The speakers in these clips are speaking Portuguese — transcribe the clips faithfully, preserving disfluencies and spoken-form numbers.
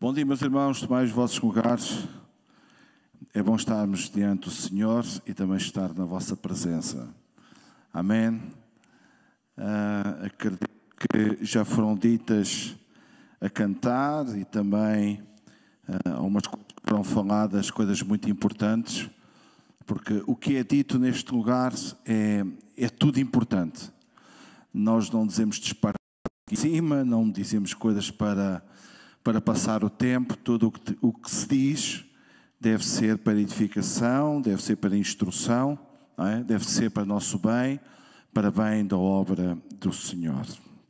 Bom dia, meus irmãos, tomai os vossos lugares. É bom estarmos diante do Senhor e também estar na vossa presença. Amém. Uh, acredito que já foram ditas a cantar e também uh, algumas coisas foram faladas, coisas muito importantes, porque o que é dito neste lugar é, é tudo importante. Nós não dizemos disparar aqui em cima, não dizemos coisas para... para passar o tempo. Tudo o que, o que se diz deve ser para edificação, deve ser para instrução, não é? Deve ser para nosso bem, para bem da obra do Senhor.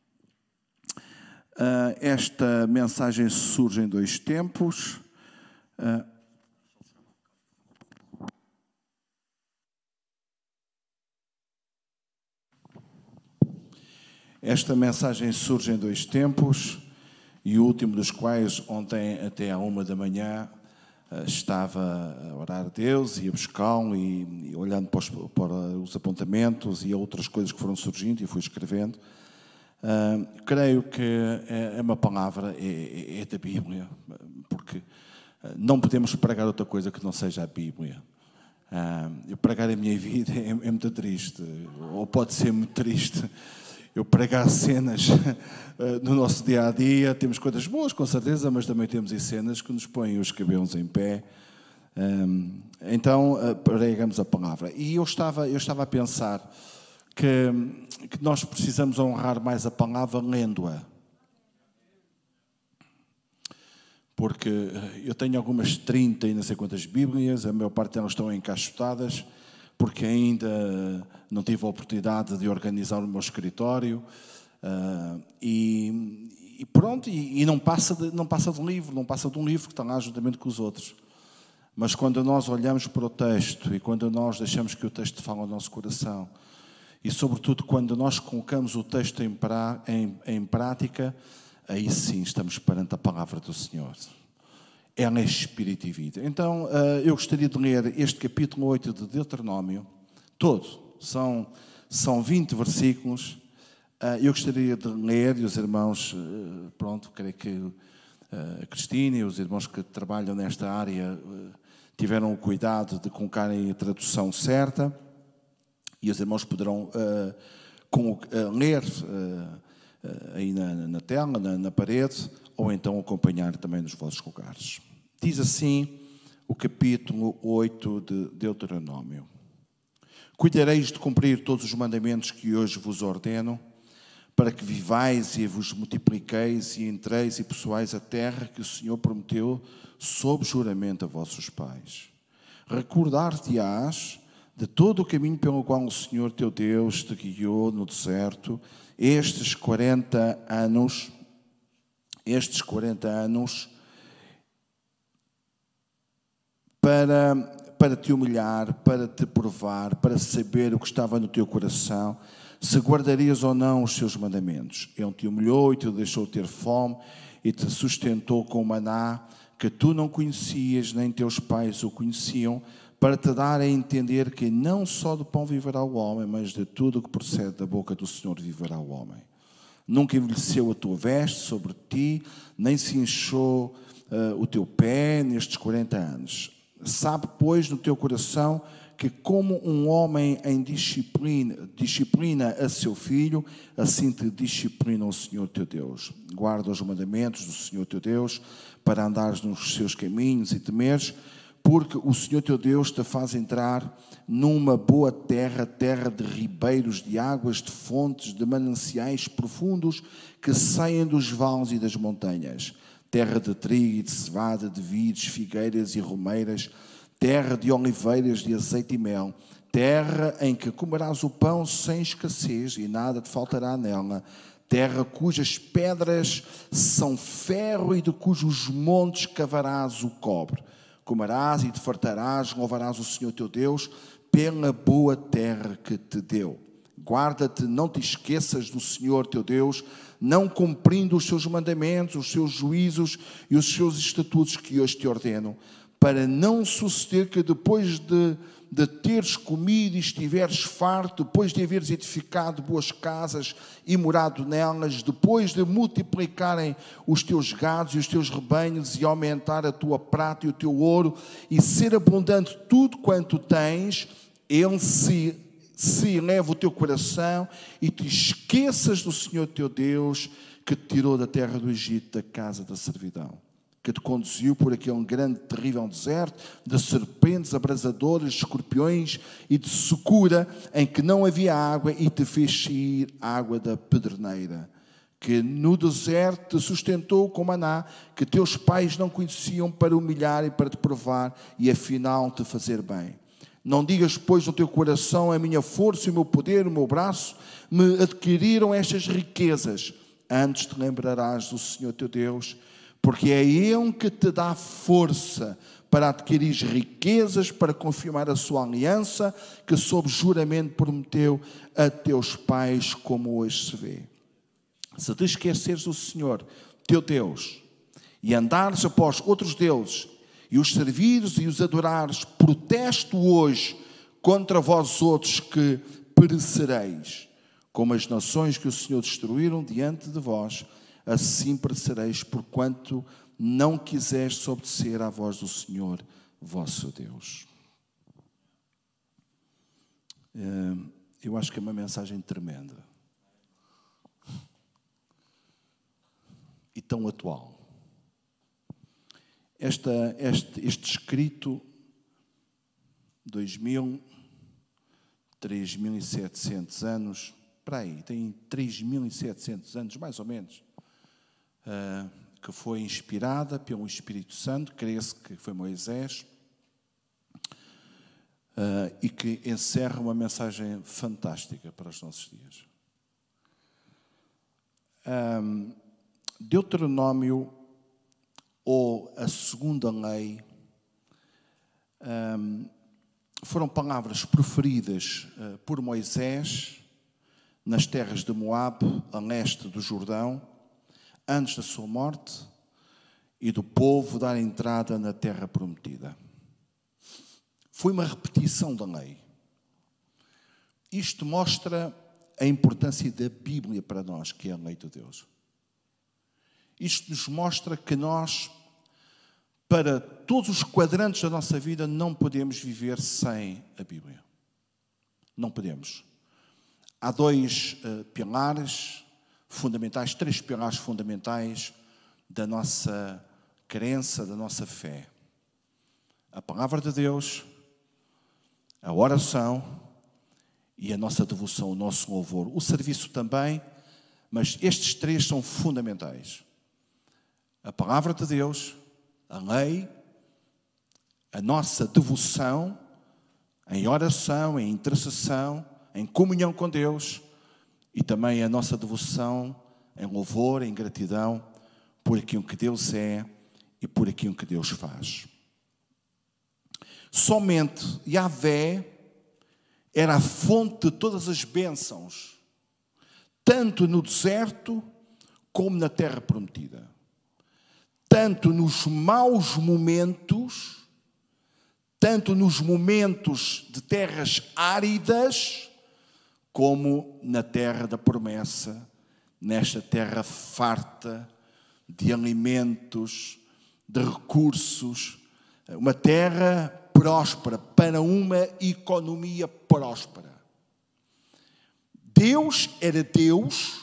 Uh, esta mensagem surge em dois tempos. Uh, esta mensagem surge em dois tempos. E o último dos quais, ontem até à uma da manhã, estava a orar a Deus e a buscá-lo e, e olhando para os, para os apontamentos e outras coisas que foram surgindo e fui escrevendo. Uh, creio que é, é uma palavra, é, é da Bíblia, porque não podemos pregar outra coisa que não seja a Bíblia. Uh, pregar a minha vida é, é muito triste, ou pode ser muito triste. Eu pregar cenas no nosso dia-a-dia, temos coisas boas, com certeza, mas também temos cenas que nos põem os cabelos em pé. Então, pregamos a palavra. E eu estava, eu estava a pensar que, que nós precisamos honrar mais a palavra lendo-a. Porque eu tenho algumas trinta e não sei quantas Bíblias, a maior parte delas estão encaixotadas, porque ainda não tive a oportunidade de organizar o meu escritório, uh, e, e pronto, e, e não, passa de, não passa de um livro, não passa de um livro que está lá juntamente com os outros. Mas quando nós olhamos para o texto e quando nós deixamos que o texto fale ao nosso coração, e sobretudo quando nós colocamos o texto em, pra, em, em prática, aí sim estamos perante a palavra do Senhor. Ela é espírito e vida. Então, eu gostaria de ler este capítulo oito de Deuteronômio, todo. São, são vinte versículos. Eu gostaria de ler, e os irmãos, pronto, creio que a Cristina e os irmãos que trabalham nesta área tiveram o cuidado de colocarem a tradução certa, e os irmãos poderão ler aí na, na tela, na, na parede, ou então acompanhar também nos vossos lugares. Diz assim o capítulo oito de Deuteronômio. Cuidareis de cumprir todos os mandamentos que hoje vos ordeno, para que vivais e vos multipliqueis e entreis e possuais a terra que o Senhor prometeu sob juramento a vossos pais. Recordar-te-ás de todo o caminho pelo qual o Senhor teu Deus te guiou no deserto estes quarenta anos, estes quarenta anos, para, para te humilhar, para te provar, para saber o que estava no teu coração, se guardarias ou não os seus mandamentos. Ele te humilhou e te deixou ter fome e te sustentou com maná que tu não conhecias, nem teus pais o conheciam, para te dar a entender que não só do pão viverá o homem, mas de tudo o que procede da boca do Senhor viverá o homem. Nunca envelheceu a tua veste sobre ti, nem se inchou uh, o teu pé nestes quarenta anos. Sabe, pois, no teu coração que como um homem em disciplina, disciplina a seu filho, assim te disciplina o Senhor teu Deus. Guarda os mandamentos do Senhor teu Deus, para andares nos seus caminhos e temeres, porque o Senhor teu Deus te faz entrar numa boa terra, terra de ribeiros, de águas, de fontes, de mananciais profundos que saem dos vales e das montanhas, terra de trigo e de cevada, de vides, figueiras e romeiras, terra de oliveiras, de azeite e mel, terra em que comerás o pão sem escassez e nada te faltará nela, terra cujas pedras são ferro e de cujos montes cavarás o cobre. Comerás e te fartarás, louvarás o Senhor teu Deus pela boa terra que te deu. Guarda-te, não te esqueças do Senhor teu Deus, não cumprindo os seus mandamentos, os seus juízos e os seus estatutos que hoje te ordeno, para não suceder que depois de, de teres comido e estiveres farto, depois de haveres edificado boas casas e morado nelas, depois de multiplicarem os teus gados e os teus rebanhos e aumentar a tua prata e o teu ouro e ser abundante tudo quanto tens, ele se, se eleva o teu coração e te esqueças do Senhor teu Deus que te tirou da terra do Egito, da casa da servidão, que te conduziu por aquele grande, terrível deserto, de serpentes abrasadoras, de escorpiões e de secura, em que não havia água, e te fez sair água da pedreneira, que no deserto te sustentou com maná, que teus pais não conheciam, para humilhar e para te provar, e afinal te fazer bem. Não digas, pois, no teu coração: a minha força e o meu poder, o meu braço, me adquiriram estas riquezas. Antes te lembrarás do Senhor teu Deus, porque é Ele que te dá força para adquirir riquezas, para confirmar a sua aliança, que sob juramento prometeu a teus pais, como hoje se vê. Se te esqueceres do Senhor teu Deus e andares após outros deuses e os servires e os adorares, protesto hoje contra vós outros que perecereis, como as nações que o Senhor destruíram diante de vós, assim perecereis, porquanto não quiseste obedecer à voz do Senhor, vosso Deus. Eu acho que é uma mensagem tremenda e tão atual. Esta, este, este escrito, dois mil, três mil e setecentos anos, para aí, tem três mil e setecentos anos, mais ou menos, uh, que foi inspirada pelo Espírito Santo, crê-se que foi Moisés, uh, e que encerra uma mensagem fantástica para os nossos dias. Um, Deuteronômio, ou a segunda lei, um, foram palavras proferidas uh, por Moisés nas terras de Moabe, a leste do Jordão, antes da sua morte, e do povo dar entrada na terra prometida. Foi uma repetição da lei. Isto mostra a importância da Bíblia para nós, que é a lei de Deus. Isto nos mostra que nós, para todos os quadrantes da nossa vida, não podemos viver sem a Bíblia. Não podemos. Há dois uh, pilares fundamentais, três pilares fundamentais da nossa crença, da nossa fé. A palavra de Deus, a oração e a nossa devoção, o nosso louvor. O serviço também, mas estes três são fundamentais. A palavra de Deus, a lei, a nossa devoção em oração, em intercessão, em comunhão com Deus, e também a nossa devoção em louvor, em gratidão por aquilo que Deus é e por aquilo que Deus faz. Somente Yahvé era a fonte de todas as bênçãos, tanto no deserto como na terra prometida. Tanto nos maus momentos, tanto nos momentos de terras áridas, como na terra da promessa, nesta terra farta de alimentos, de recursos, uma terra próspera, para uma economia próspera. Deus era Deus.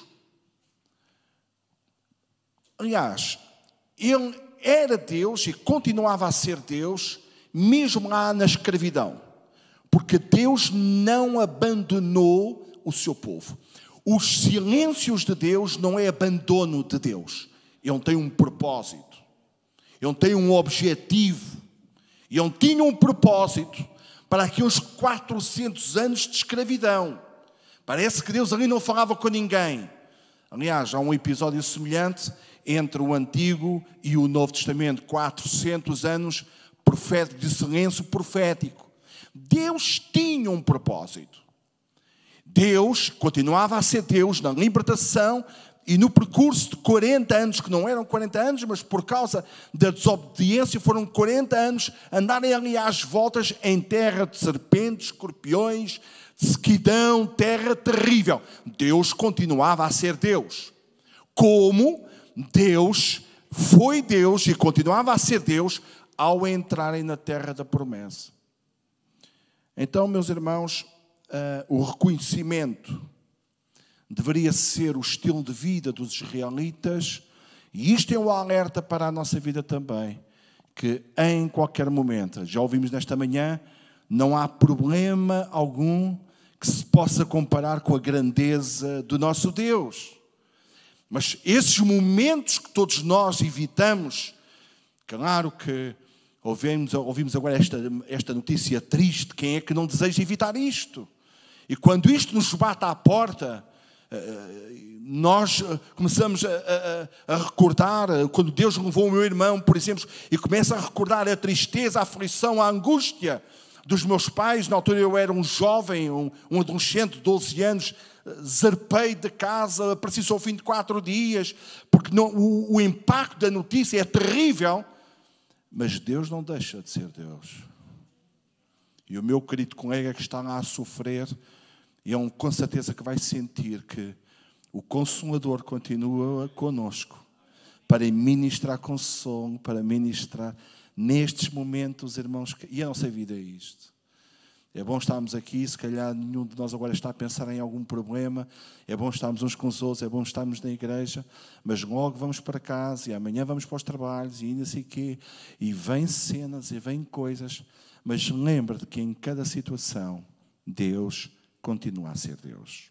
Aliás, Ele era Deus e continuava a ser Deus, mesmo lá na escravidão. Porque Deus não abandonou o seu povo. Os silêncios de Deus não é abandono de Deus. Ele tem um propósito. Ele tem um objetivo. Ele tinha um propósito para aqueles quatrocentos anos de escravidão. Parece que Deus ali não falava com ninguém. Aliás, há um episódio semelhante entre o Antigo e o Novo Testamento. quatrocentos anos profético, de silêncio profético. Deus tinha um propósito. Deus continuava a ser Deus na libertação e no percurso de quarenta anos, que não eram quarenta anos, mas por causa da desobediência, foram quarenta anos andarem ali às voltas em terra de serpentes, escorpiões, de sequidão, terra terrível. Deus continuava a ser Deus. Como Deus foi Deus e continuava a ser Deus ao entrarem na terra da promessa. Então, meus irmãos, uh, o reconhecimento deveria ser o estilo de vida dos israelitas, e isto é um alerta para a nossa vida também, que em qualquer momento, já ouvimos nesta manhã, não há problema algum que se possa comparar com a grandeza do nosso Deus. Mas esses momentos que todos nós evitamos, claro que ouvimos, ouvimos agora esta, esta notícia triste, quem é que não deseja evitar isto? E quando isto nos bate à porta, nós começamos a, a, a recordar, quando Deus levou o meu irmão, por exemplo, e começa a recordar a tristeza, a aflição, a angústia dos meus pais. Na altura eu era um jovem, um, um adolescente de doze anos, zarpei de casa, apareci só ao fim de quatro dias, porque não, o, o impacto da notícia é terrível, mas Deus não deixa de ser Deus. E o meu querido colega que está lá a sofrer, e é um, com certeza que vai sentir que o Consolador continua conosco para ministrar consolo, para ministrar nestes momentos, irmãos, e a nossa vida é isto. É bom estarmos aqui, se calhar nenhum de nós agora está a pensar em algum problema, é bom estarmos uns com os outros, é bom estarmos na igreja, mas logo vamos para casa e amanhã vamos para os trabalhos e ainda sei o quê, e vêm cenas e vêm coisas, mas lembra de que em cada situação Deus continua a ser Deus.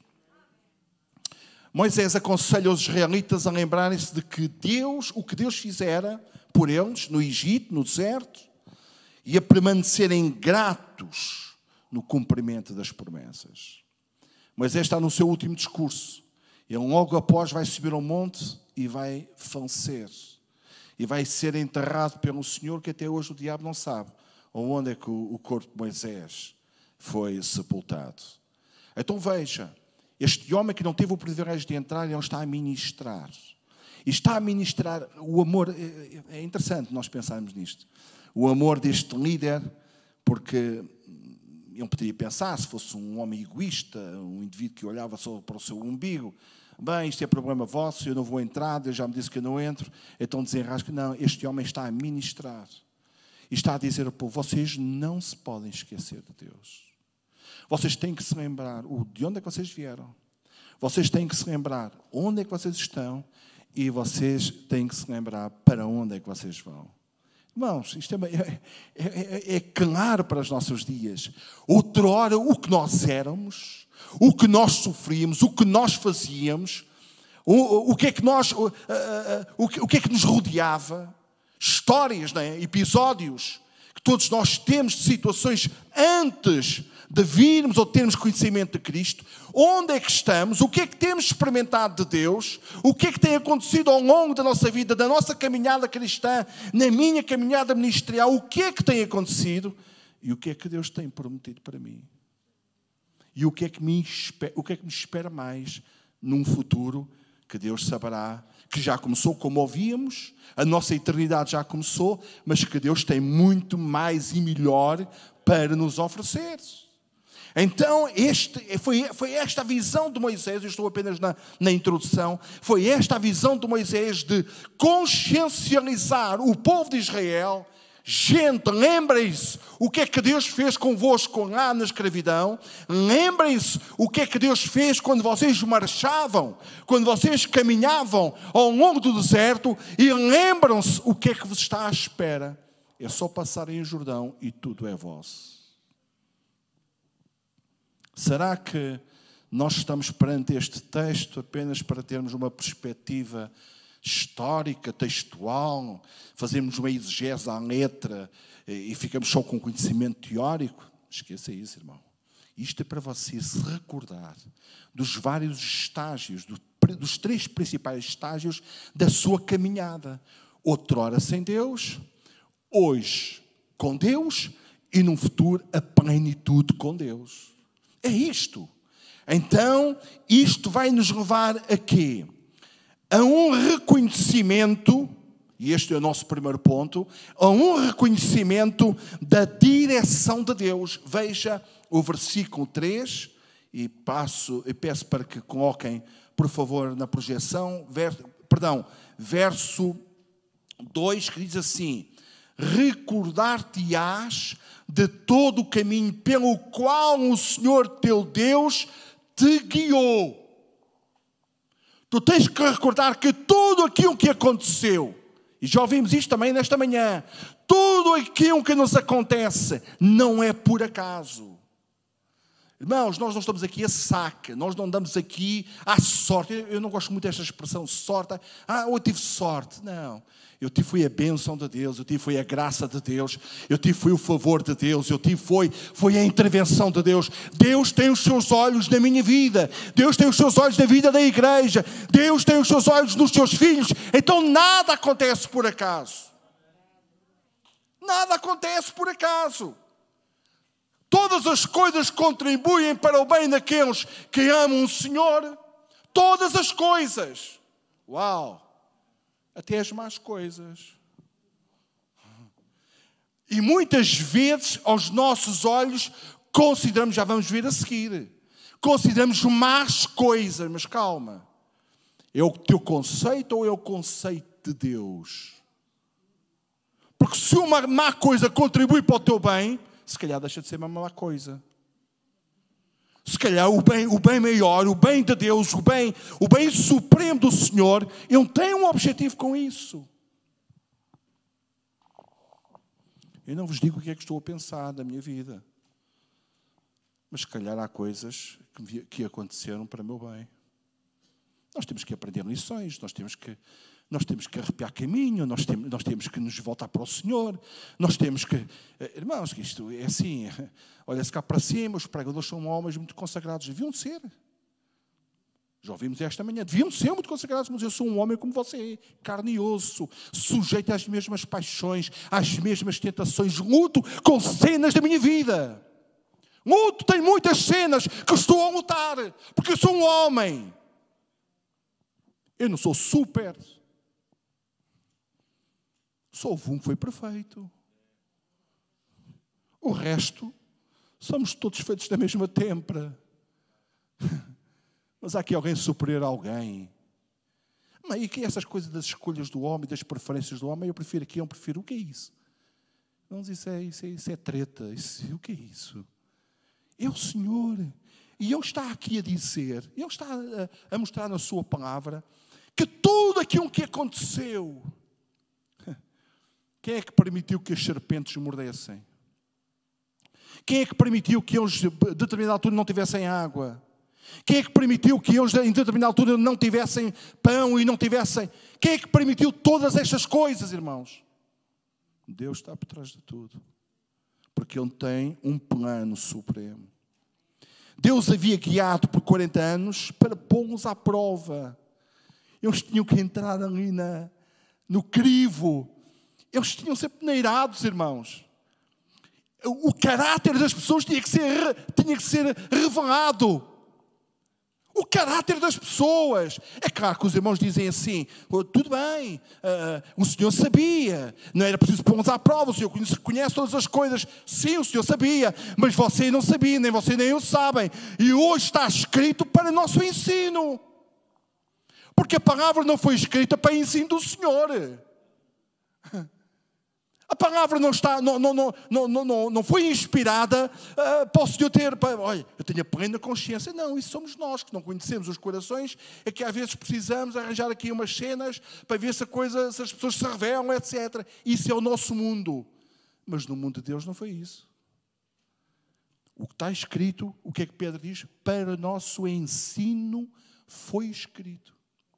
Moisés aconselha os israelitas a lembrarem-se de que Deus, o que Deus fizera por eles no Egito, no deserto, e a permanecerem gratos no cumprimento das promessas. Moisés está no seu último discurso. Ele logo após vai subir ao monte e vai falecer. E vai ser enterrado pelo Senhor, que até hoje o diabo não sabe onde é que o corpo de Moisés foi sepultado. Então veja, este homem que não teve o privilégio de entrar, ele está a ministrar. E está a ministrar o amor. É interessante nós pensarmos nisto. O amor deste líder, porque ele poderia pensar, se fosse um homem egoísta, um indivíduo que olhava só para o seu umbigo, bem, isto é problema vosso, eu não vou entrar, Deus já me disse que eu não entro, então desenrasca. Não, este homem está a ministrar. E está a dizer ao povo, vocês não se podem esquecer de Deus. Vocês têm que se lembrar de onde é que vocês vieram. Vocês têm que se lembrar onde é que vocês estão e vocês têm que se lembrar para onde é que vocês vão. Irmãos, isto é, é, é, é claro para os nossos dias. Outrora, o que nós éramos, o que nós sofríamos, o que nós fazíamos, o, o, que, é que, nós, o, o, o que é que nos rodeava, histórias, não é? Episódios que todos nós temos de situações antes de virmos ou termos conhecimento de Cristo, onde é que estamos, o que é que temos experimentado de Deus, o que é que tem acontecido ao longo da nossa vida, da nossa caminhada cristã, na minha caminhada ministerial, o que é que tem acontecido e o que é que Deus tem prometido para mim. E o que é que me espera, o que é que me espera mais num futuro que Deus saberá, que já começou como ouvíamos, a nossa eternidade já começou, mas que Deus tem muito mais e melhor para nos oferecer. Então, este, foi, foi esta a visão de Moisés, eu estou apenas na, na introdução, foi esta a visão de Moisés de consciencializar o povo de Israel. Gente, lembrem-se o que é que Deus fez convosco lá na escravidão. Lembrem-se o que é que Deus fez quando vocês marchavam, quando vocês caminhavam ao longo do deserto. E lembram-se o que é que vos está à espera. É só passarem o Jordão e tudo é vosso. Será que nós estamos perante este texto apenas para termos uma perspectiva histórica, textual, fazermos uma exegese à letra e ficamos só com conhecimento teórico? Esqueça isso, irmão. Isto é para você se recordar dos vários estágios, dos três principais estágios da sua caminhada. Outrora sem Deus, hoje com Deus e num futuro a plenitude com Deus. É isto. Então, isto vai nos levar a quê? a um reconhecimento, e este é o nosso primeiro ponto, a um reconhecimento da direção de Deus. Veja o versículo três, e, passo, e peço para que coloquem, por favor, na projeção, ver, perdão, verso dois, que diz assim: recordar-te-ás de todo o caminho pelo qual o Senhor teu Deus te guiou. Tu tens que recordar que tudo aquilo que aconteceu, e já ouvimos isto também nesta manhã, tudo aquilo que nos acontece não é por acaso. Irmãos, nós não estamos aqui a saca, nós não andamos aqui à sorte. Eu não gosto muito desta expressão, sorte. Ah, eu tive sorte. Não, eu tive foi a bênção de Deus, eu tive foi a graça de Deus, eu tive foi o favor de Deus, eu tive foi, foi a intervenção de Deus. Deus tem os seus olhos na minha vida, Deus tem os seus olhos na vida da igreja, Deus tem os seus olhos nos seus filhos. Então nada acontece por acaso. Nada acontece por acaso. Todas as coisas contribuem para o bem daqueles que amam o Senhor. Todas as coisas. Uau! Até as más coisas. E muitas vezes, aos nossos olhos, consideramos, já vamos ver a seguir, consideramos más coisas. Mas calma. É o teu conceito ou é o conceito de Deus? Porque se uma má coisa contribui para o teu bem, se calhar deixa de ser uma má coisa. Se calhar o bem, o bem maior, o bem de Deus, o bem, o bem supremo do Senhor, Ele tem um objetivo com isso. Eu não vos digo o que é que estou a pensar da minha vida. Mas se calhar há coisas que, que aconteceram para o meu bem. Nós temos que aprender lições, nós temos que... Nós temos que arrepiar caminho, nós temos, nós temos que nos voltar para o Senhor, nós temos que... Irmãos, que isto é assim, olha-se cá para cima, os pregadores são homens muito consagrados, deviam ser. Já ouvimos esta manhã, deviam ser muito consagrados, mas eu sou um homem como você, carne e osso, sujeito às mesmas paixões, às mesmas tentações, luto com cenas da minha vida. Luto, tenho muitas cenas que estou a lutar, porque eu sou um homem. Eu não sou super... Só houve um que foi perfeito. O resto, somos todos feitos da mesma têmpera. Mas há aqui alguém superior a alguém. Mas e que essas coisas das escolhas do homem, das preferências do homem, eu prefiro aqui, eu prefiro. O que é isso? Não, isso é, isso é, isso é treta. Isso, o que é isso? É o Senhor. E Ele está aqui a dizer, Ele está a, a mostrar na sua palavra, que tudo aquilo que aconteceu... Quem é que permitiu que as serpentes mordessem? Quem é que permitiu que eles, de determinada altura, não tivessem água? Quem é que permitiu que eles, em determinada altura, não tivessem pão e não tivessem... Quem é que permitiu todas estas coisas, irmãos? Deus está por trás de tudo. Porque Ele tem um plano supremo. Deus havia guiado por quarenta anos para pô-los à prova. Eles tinham que entrar ali na, no crivo. Eles tinham que ser peneirados, irmãos. O caráter das pessoas tinha que ser, tinha que ser revelado. O caráter das pessoas. É claro que os irmãos dizem assim, tudo bem, uh, o Senhor sabia, não era preciso pôr-nos à prova, o Senhor conhece, conhece todas as coisas. Sim, o Senhor sabia, mas você não sabia, nem você nem eu sabem. E hoje está escrito para nosso ensino. Porque a palavra não foi escrita para ensino do Senhor. A palavra não, está, não, não, não, não, não, não foi inspirada uh, para o Senhor ter... Para, olha, eu tenho a plena consciência. Não, isso somos nós que não conhecemos os corações. É que às vezes precisamos arranjar aqui umas cenas para ver se, a coisa, se as pessoas se revelam, etcétera. Isso é o nosso mundo. Mas no mundo de Deus não foi isso. O que está escrito, o que é que Pedro diz? Para nosso ensino foi escrito.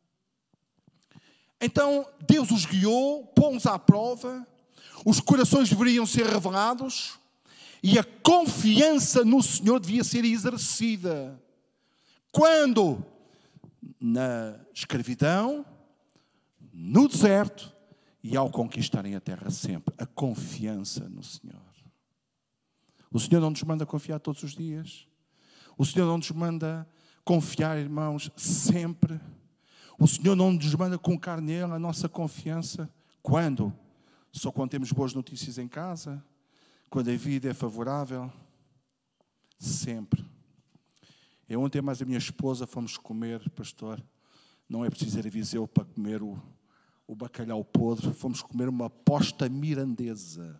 Então, Deus os guiou, pôs-nos à prova... Os corações deveriam ser revelados e a confiança no Senhor devia ser exercida. Quando? Na escravidão, no deserto e ao conquistarem a terra sempre. A confiança no Senhor. O Senhor não nos manda confiar todos os dias. O Senhor não nos manda confiar, irmãos, sempre. O Senhor não nos manda colocar nele a nossa confiança. Quando? Só quando temos boas notícias em casa? Quando a vida é favorável? Sempre. Eu ontem mais a minha esposa fomos comer, pastor, não é preciso ir a Viseu para comer o, o bacalhau podre, fomos comer uma posta mirandesa.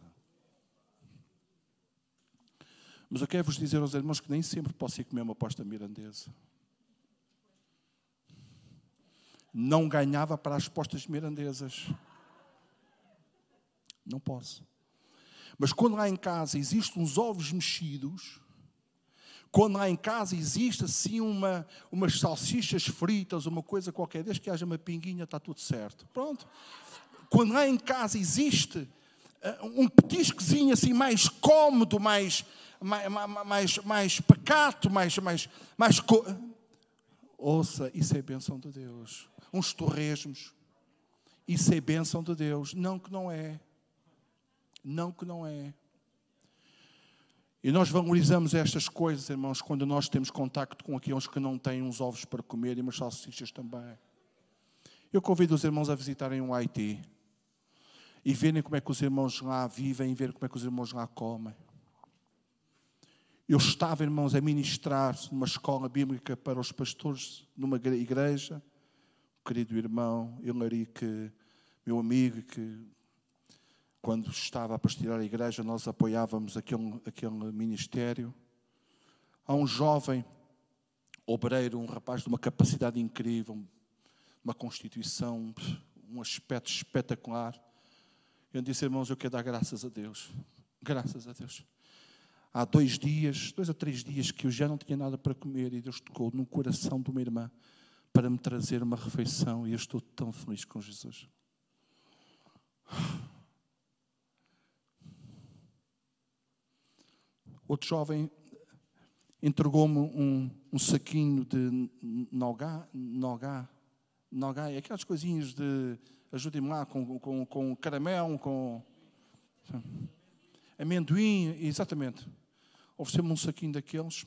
Mas eu quero vos dizer aos irmãos que nem sempre posso ir comer uma posta mirandesa. Não ganhava para as postas mirandesas. Não posso. Mas quando lá em casa existem uns ovos mexidos, quando lá em casa existe assim uma, umas salsichas fritas, uma coisa qualquer, desde que haja uma pinguinha, está tudo certo. Pronto. Quando lá em casa existe uh, um petiscozinho assim mais cómodo, mais, mais, mais, mais pacato, mais... mais, mais co... Ouça, isso é bênção de Deus. Uns torresmos, isso é bênção de Deus. Não que não é. Não que não é. E nós valorizamos estas coisas, irmãos, quando nós temos contacto com aqueles que não têm uns ovos para comer e umas salsichas também. Eu convido os irmãos a visitarem o Haiti e verem como é que os irmãos lá vivem e verem como é que os irmãos lá comem. Eu estava, irmãos, a ministrar numa escola bíblica para os pastores numa igreja. O querido irmão Hilarique, meu amigo, que quando estava a pastorear a igreja, nós apoiávamos aquele, aquele ministério. Há um jovem obreiro, um rapaz de uma capacidade incrível, uma constituição, um aspecto espetacular. Eu disse, irmãos, eu quero dar graças a Deus. Graças a Deus. Há dois dias, dois ou três dias que eu já não tinha nada para comer e Deus tocou no coração de uma irmã para me trazer uma refeição e eu estou tão feliz com Jesus. Outro jovem entregou-me um, um saquinho de nogá, nogá, nogá, aquelas coisinhas de, ajudem-me lá, com, com, com caramelo, com amendoim, exatamente. Ofereceu-me um saquinho daqueles.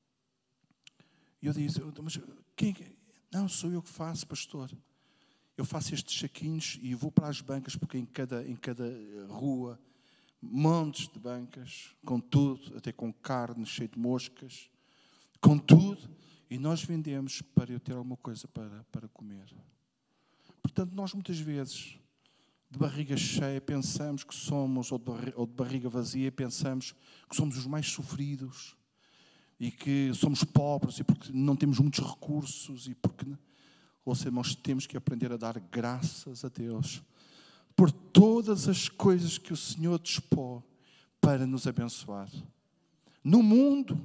E eu disse, mas quem... Não, sou eu que faço, pastor. Eu faço estes saquinhos e vou para as bancas, porque em cada, em cada rua, montes de bancas, com tudo, até com carne, cheio de moscas, com tudo. E nós vendemos para eu ter alguma coisa para, para comer. Portanto, nós muitas vezes, de barriga cheia, pensamos que somos, ou de barriga, ou de barriga vazia, pensamos que somos os mais sofridos e que somos pobres e porque não temos muitos recursos e porque... Ou seja, nós temos que aprender a dar graças a Deus por todas as coisas que o Senhor dispôs para nos abençoar. No mundo,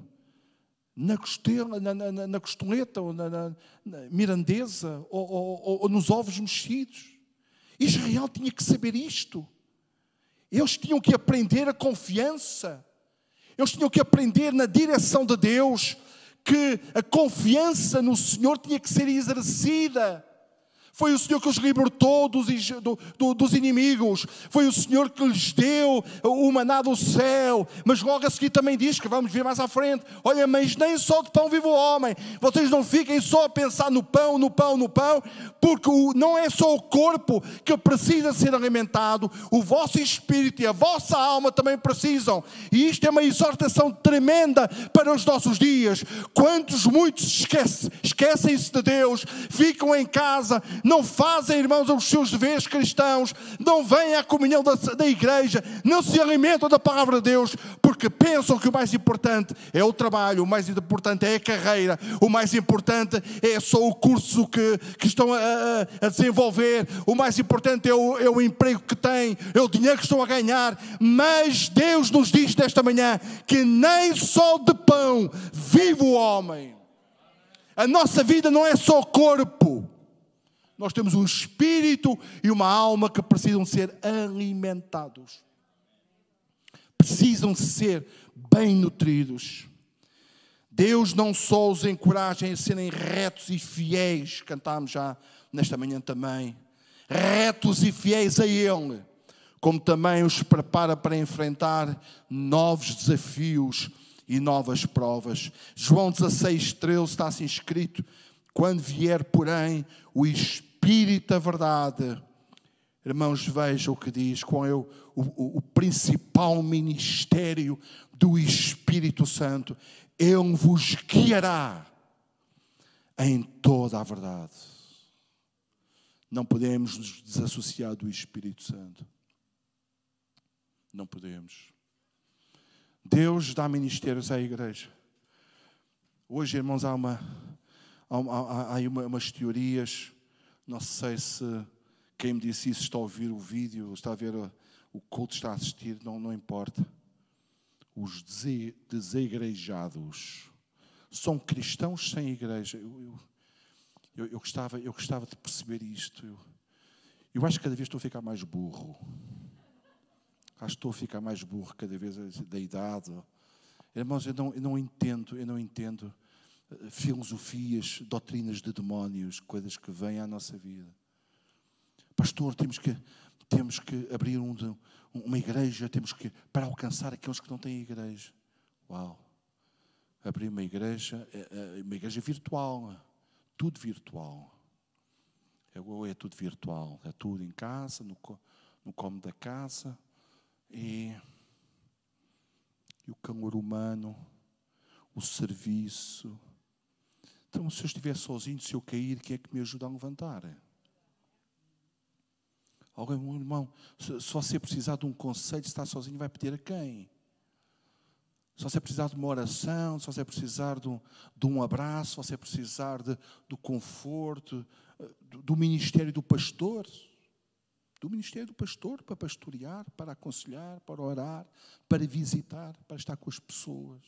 na costela, na, na, na costeleta, ou na, na, na mirandesa, ou, ou, ou nos ovos mexidos. Israel tinha que saber isto. Eles tinham que aprender a confiança. Eles tinham que aprender na direção de Deus, que a confiança no Senhor tinha que ser exercida. Foi o Senhor que os libertou dos, do, do, dos inimigos. Foi o Senhor que lhes deu o maná do céu. Mas logo a seguir também diz, que vamos ver mais à frente, olha, mas nem só de pão vive o homem. Vocês não fiquem só a pensar no pão, no pão, no pão, porque o, não é só o corpo que precisa ser alimentado, o vosso espírito e a vossa alma também precisam. E isto é uma exortação tremenda para os nossos dias. Quantos muitos esquece, esquecem-se de Deus, ficam em casa, não fazem, irmãos, os seus deveres cristãos, não vêm à comunhão da, da igreja, não se alimentam da palavra de Deus, porque pensam que o mais importante é o trabalho, o mais importante é a carreira, o mais importante é só o curso que, que estão a, a, a desenvolver, o mais importante é o, é o emprego que têm, é o dinheiro que estão a ganhar. Mas Deus nos diz nesta manhã que nem só de pão vive o homem. A nossa vida não é só corpo. Nós temos um espírito e uma alma que precisam ser alimentados. Precisam ser bem nutridos. Deus não só os encoraja a serem retos e fiéis, cantámos já nesta manhã também, retos e fiéis a Ele, como também os prepara para enfrentar novos desafios e novas provas. João dezasseis, treze está assim escrito: Quando vier, porém, o Espírito da verdade, irmãos, vejam o que diz, qual é o, o, o principal ministério do Espírito Santo. Ele vos guiará em toda a verdade. Não podemos nos desassociar do Espírito Santo. Não podemos. Deus dá ministérios à igreja. Hoje, irmãos, há, uma, há, há, há uma, umas teorias, não sei se quem me disse isso está a ouvir o vídeo, está a ver o culto, está a assistir, não, não importa. Os desigrejados são cristãos sem igreja. Eu, eu, eu, eu, gostava, eu gostava de perceber isto. Eu, eu acho que cada vez estou a ficar mais burro. Acho que estou a ficar mais burro cada vez da idade. Irmãos, eu não, eu não entendo, eu não entendo filosofias, doutrinas de demónios, coisas que vêm à nossa vida. Pastor, temos que, temos que abrir um, uma igreja, temos que, para alcançar aqueles que não têm igreja. Uau! Abrir uma igreja, uma igreja virtual, tudo virtual. É, é tudo virtual, é tudo em casa, no, no cômodo da casa. E, e o calor humano, o serviço. Então, se eu estiver sozinho, se eu cair, quem é que me ajuda a levantar? Alguém, meu irmão, se, se você precisar de um conselho, se está sozinho, vai pedir a quem? Se você precisar de uma oração, se você precisar de um, de um abraço, se você precisar de, do conforto, do, do ministério do pastor, do ministério do pastor, para pastorear, para aconselhar, para orar, para visitar, para estar com as pessoas.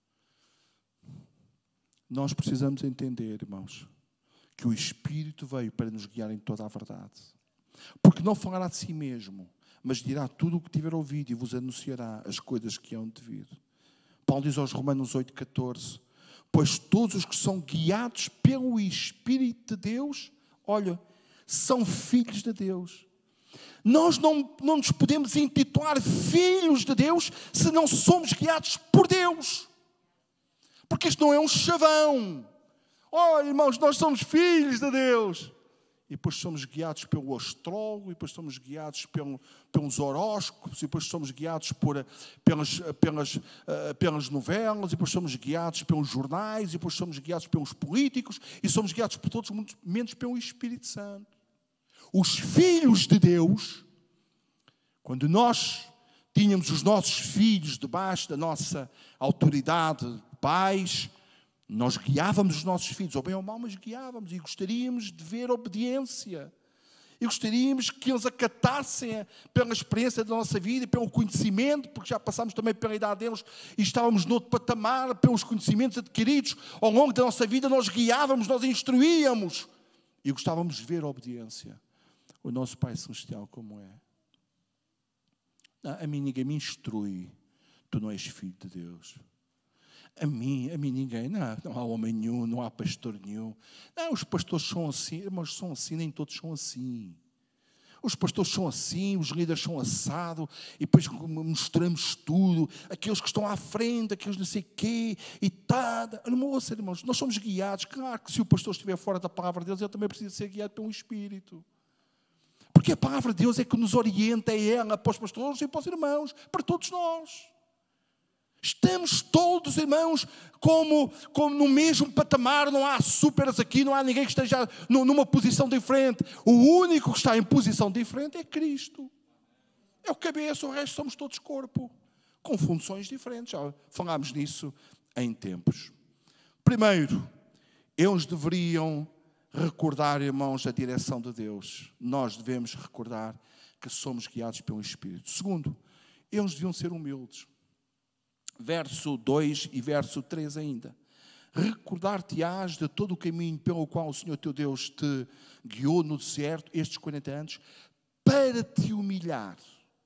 Nós precisamos entender, irmãos, que o Espírito veio para nos guiar em toda a verdade. Porque não falará de si mesmo, mas dirá tudo o que tiver ouvido e vos anunciará as coisas que hão de vir. Paulo diz aos Romanos oito, catorze, pois todos os que são guiados pelo Espírito de Deus, olha, são filhos de Deus. Nós não, não nos podemos intitular filhos de Deus se não somos guiados por Deus. Porque isto não é um chavão. Olha, irmãos, nós somos filhos de Deus. E depois somos guiados pelo astrólogo, e depois somos guiados pelo, pelos horóscopos, e depois somos guiados por, pelas, pelas, uh, pelas novelas, e depois somos guiados pelos jornais, e depois somos guiados pelos políticos, e somos guiados por todos, muito menos pelo Espírito Santo. Os filhos de Deus, quando nós tínhamos os nossos filhos debaixo da nossa autoridade, pais, nós guiávamos os nossos filhos, ou bem ou mal, mas guiávamos, e gostaríamos de ver obediência. E gostaríamos que eles acatassem pela experiência da nossa vida e pelo conhecimento, porque já passámos também pela idade deles e estávamos noutro patamar, pelos conhecimentos adquiridos. Ao longo da nossa vida nós guiávamos, nós instruíamos e gostávamos de ver a obediência. O nosso Pai Celestial como é? Não, a mim ninguém me instrui, tu não és filho de Deus. A mim, a mim ninguém, não, não há homem nenhum, não há pastor nenhum. Não, os pastores são assim, irmãos, são assim, nem todos são assim. Os pastores são assim, os líderes são assado, e depois mostramos tudo, aqueles que estão à frente, aqueles não sei quê, e tá. Moça, irmãos, nós somos guiados, claro que se o pastor estiver fora da palavra de Deus, ele também precisa ser guiado pelo Espírito. Porque a palavra de Deus é que nos orienta, é ela, para os pastores e para os irmãos, para todos nós. Estamos todos, irmãos, como, como no mesmo patamar, não há superas aqui, não há ninguém que esteja numa posição diferente. O único que está em posição diferente é Cristo. É o cabeça, o resto somos todos corpo, com funções diferentes. Já falámos nisso em tempos. Primeiro, eles deveriam recordar, irmãos, a direção de Deus. Nós devemos recordar que somos guiados pelo Espírito. Segundo, eles deviam ser humildes. Verso dois e verso três ainda. Recordar-te-ás de todo o caminho pelo qual o Senhor teu Deus te guiou no deserto estes quarenta anos, para te humilhar,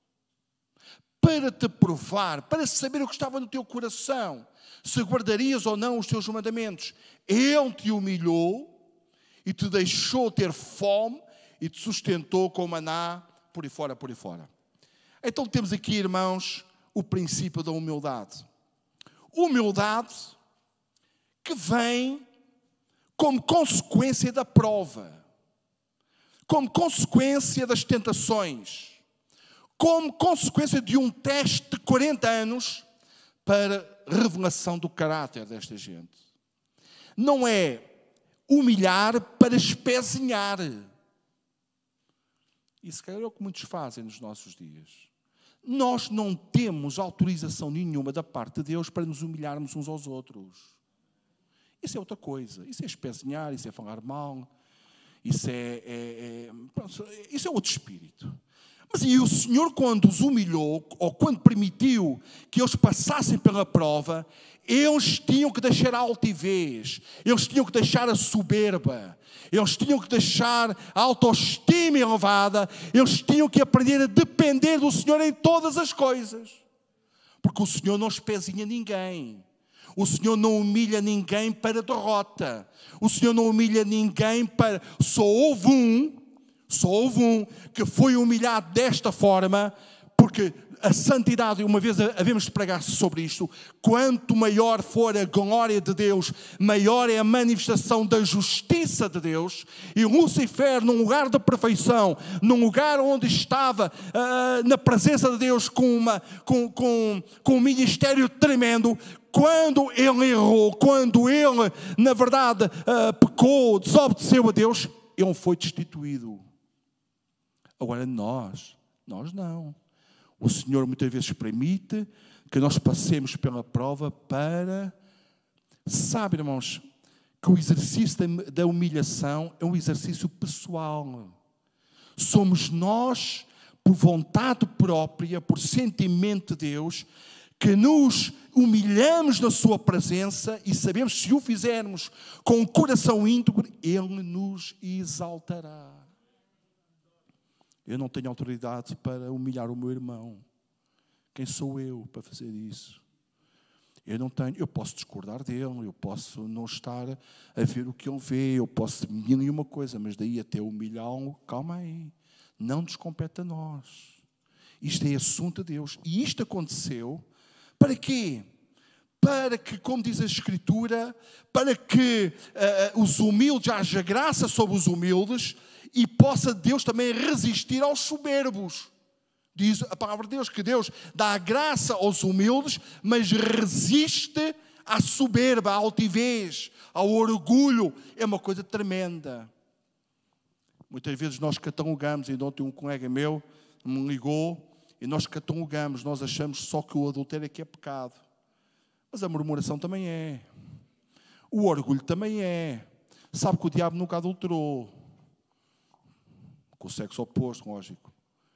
para te provar, para saber o que estava no teu coração, se guardarias ou não os teus mandamentos. Ele te humilhou e te deixou ter fome e te sustentou com maná por aí fora, por aí fora. Então temos aqui, irmãos, o princípio da humildade. Humildade que vem como consequência da prova, como consequência das tentações, como consequência de um teste de quarenta anos para revelação do caráter desta gente. Não é humilhar para espezinhar. Isso é o que muitos fazem nos nossos dias. Nós não temos autorização nenhuma da parte de Deus para nos humilharmos uns aos outros. Isso é outra coisa. Isso é espezinhar, isso é falar mal, isso é, é, é, isso é outro espírito. Mas e o Senhor, quando os humilhou, ou quando permitiu que eles passassem pela prova, eles tinham que deixar a altivez, eles tinham que deixar a soberba, eles tinham que deixar a autoestima elevada, eles tinham que aprender a depender do Senhor em todas as coisas. Porque o Senhor não espezinha ninguém. O Senhor não humilha ninguém para derrota. O Senhor não humilha ninguém para... Só houve um... Só houve um que foi humilhado desta forma, porque a santidade, uma vez havemos de pregar sobre isto, quanto maior for a glória de Deus, maior é a manifestação da justiça de Deus. E Lucifer, num lugar de perfeição, num lugar onde estava uh, na presença de Deus com, uma, com, com, com um ministério tremendo, quando ele errou, quando ele, na verdade, uh, pecou, desobedeceu a Deus, ele foi destituído. Agora nós, nós não. O Senhor muitas vezes permite que nós passemos pela prova para... Sabe, irmãos, que o exercício da humilhação é um exercício pessoal. Somos nós, por vontade própria, por sentimento de Deus, que nos humilhamos na sua presença e sabemos que se o fizermos com o coração íntegro, Ele nos exaltará. Eu não tenho autoridade para humilhar o meu irmão. Quem sou eu para fazer isso? Eu não tenho, eu posso discordar dele, eu posso não estar a ver o que ele vê, eu posso mil e uma coisa, mas daí até humilhá-lo, calma aí, não nos compete a nós. Isto é assunto de Deus. E isto aconteceu para quê? Para que, como diz a Escritura, para que uh, os humildes, haja graça sobre os humildes, e possa Deus também resistir aos soberbos. Diz a palavra de Deus que Deus dá graça aos humildes, mas resiste à soberba, à altivez, ao orgulho. É uma coisa tremenda. Muitas vezes nós catalogamos, e ontem um colega meu me ligou, e nós catalogamos, nós achamos só que o adultério é que é pecado. Mas a murmuração também é. O orgulho também é. Sabe que o diabo nunca adulterou. Com o sexo oposto, lógico.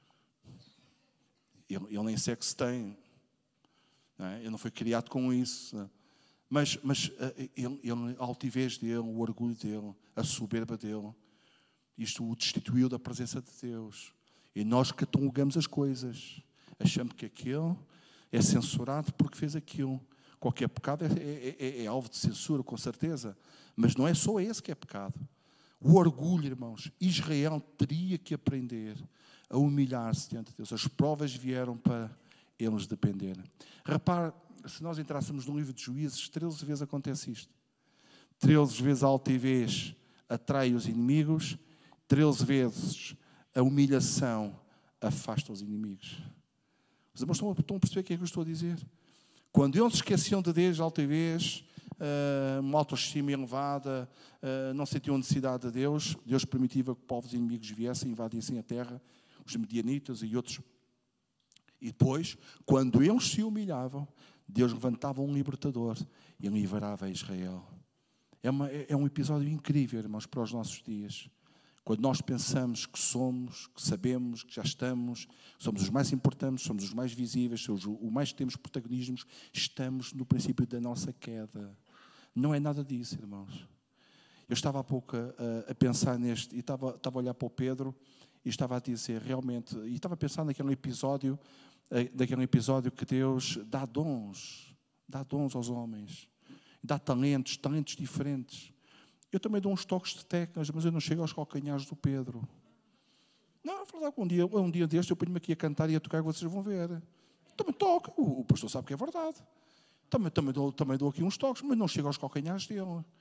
Ele, ele nem sexo tem. Não é? Ele não foi criado com isso. Não é? Mas, mas ele, ele, a altivez dele, o orgulho dele, a soberba dele, isto o destituiu da presença de Deus. E nós catalogamos as coisas. Achamos que aquele é censurado porque fez aquilo. Qualquer pecado é, é, é, é alvo de censura, com certeza. Mas não é só esse que é pecado. O orgulho, irmãos, Israel teria que aprender a humilhar-se diante de Deus. As provas vieram para eles dependerem. Repare, se nós entrássemos no livro de Juízes, treze vezes acontece isto. treze vezes a altivez atrai os inimigos, treze vezes a humilhação afasta os inimigos. Os irmãos estão, estão a perceber o que é que eu estou a dizer? Quando eles se esqueciam de Deus, a altivez, Uh, uma autoestima elevada, uh, não sentiam necessidade de Deus, Deus permitia que povos inimigos viessem, invadissem a terra, os medianitas e outros. E depois, quando eles se humilhavam, Deus levantava um libertador e liberava Israel. É, uma, é um episódio incrível, irmãos, para os nossos dias. Quando nós pensamos que somos, que sabemos, que já estamos, somos os mais importantes, somos os mais visíveis, somos o mais que temos protagonismos, estamos no princípio da nossa queda. Não é nada disso, irmãos. Eu estava há pouco a, a pensar neste, e estava, estava a olhar para o Pedro, e estava a dizer realmente, e estava a pensar naquele episódio, daquele episódio que Deus dá dons, dá dons aos homens, dá talentos, talentos diferentes. Eu também dou uns toques de teclas, mas eu não chego aos calcanhares do Pedro. Não, é verdade que um dia, um dia deste eu ponho-me aqui a cantar e a tocar, vocês vão ver. Também toca, o, o pastor sabe que é verdade. Também, também, dou, também dou aqui uns toques, mas não chego aos calcanhares dele.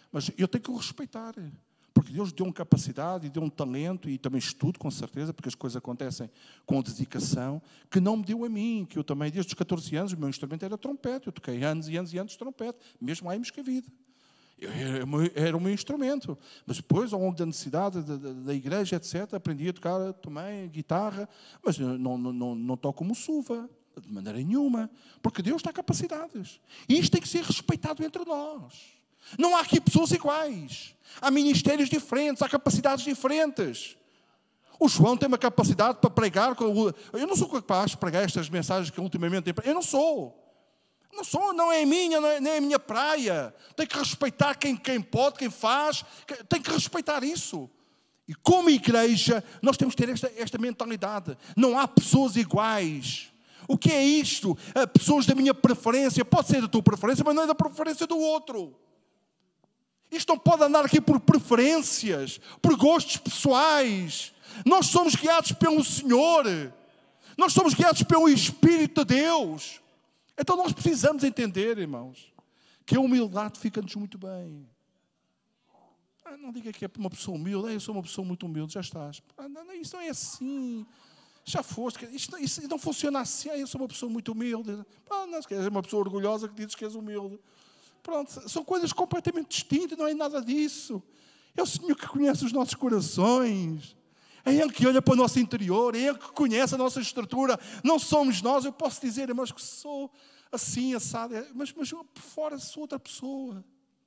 Mas eu tenho que o respeitar. Porque Deus deu uma capacidade e deu um talento, e também estudo, com certeza, porque as coisas acontecem com dedicação, que não me deu a mim, que eu também, desde os catorze anos, o meu instrumento era trompete. Eu toquei anos e anos e anos de trompete, mesmo lá em Moscavide. Era o meu instrumento. Mas depois, ao longo da necessidade da, da, da igreja, etcétera, aprendi a tocar também guitarra, mas não, não, não, não toco como suva, de maneira nenhuma, porque Deus dá capacidades. E isto tem que ser respeitado entre nós. Não há aqui pessoas iguais. Há ministérios diferentes, há capacidades diferentes. O João tem uma capacidade para pregar. Eu não sou capaz de pregar estas mensagens que ultimamente tem. Eu não sou. Não sou, não é minha, não é, nem é a minha praia. Tem que respeitar quem, quem pode, quem faz. Tem que respeitar isso. E como igreja, nós temos que ter esta, esta mentalidade. Não há pessoas iguais. O que é isto? Pessoas da minha preferência. Pode ser da tua preferência, mas não é da preferência do outro. Isto não pode andar aqui por preferências, por gostos pessoais. Nós somos guiados pelo Senhor. Nós somos guiados pelo Espírito de Deus. Então nós precisamos entender, irmãos, que a humildade fica-nos muito bem. Ah, não diga que é uma pessoa humilde. Ah, eu sou uma pessoa muito humilde, já estás. Ah, não, isso não é assim. Já foste. Isto, isto não funciona assim. Ah, eu sou uma pessoa muito humilde. Ah, não, se és uma pessoa orgulhosa que dizes que és humilde. Pronto, são coisas completamente distintas, não é nada disso. É o Senhor que conhece os nossos corações. É Ele que olha para o nosso interior, é Ele que conhece a nossa estrutura. Não somos nós. Eu posso dizer, irmãos, que sou assim, assado, mas, mas eu por fora sou outra pessoa.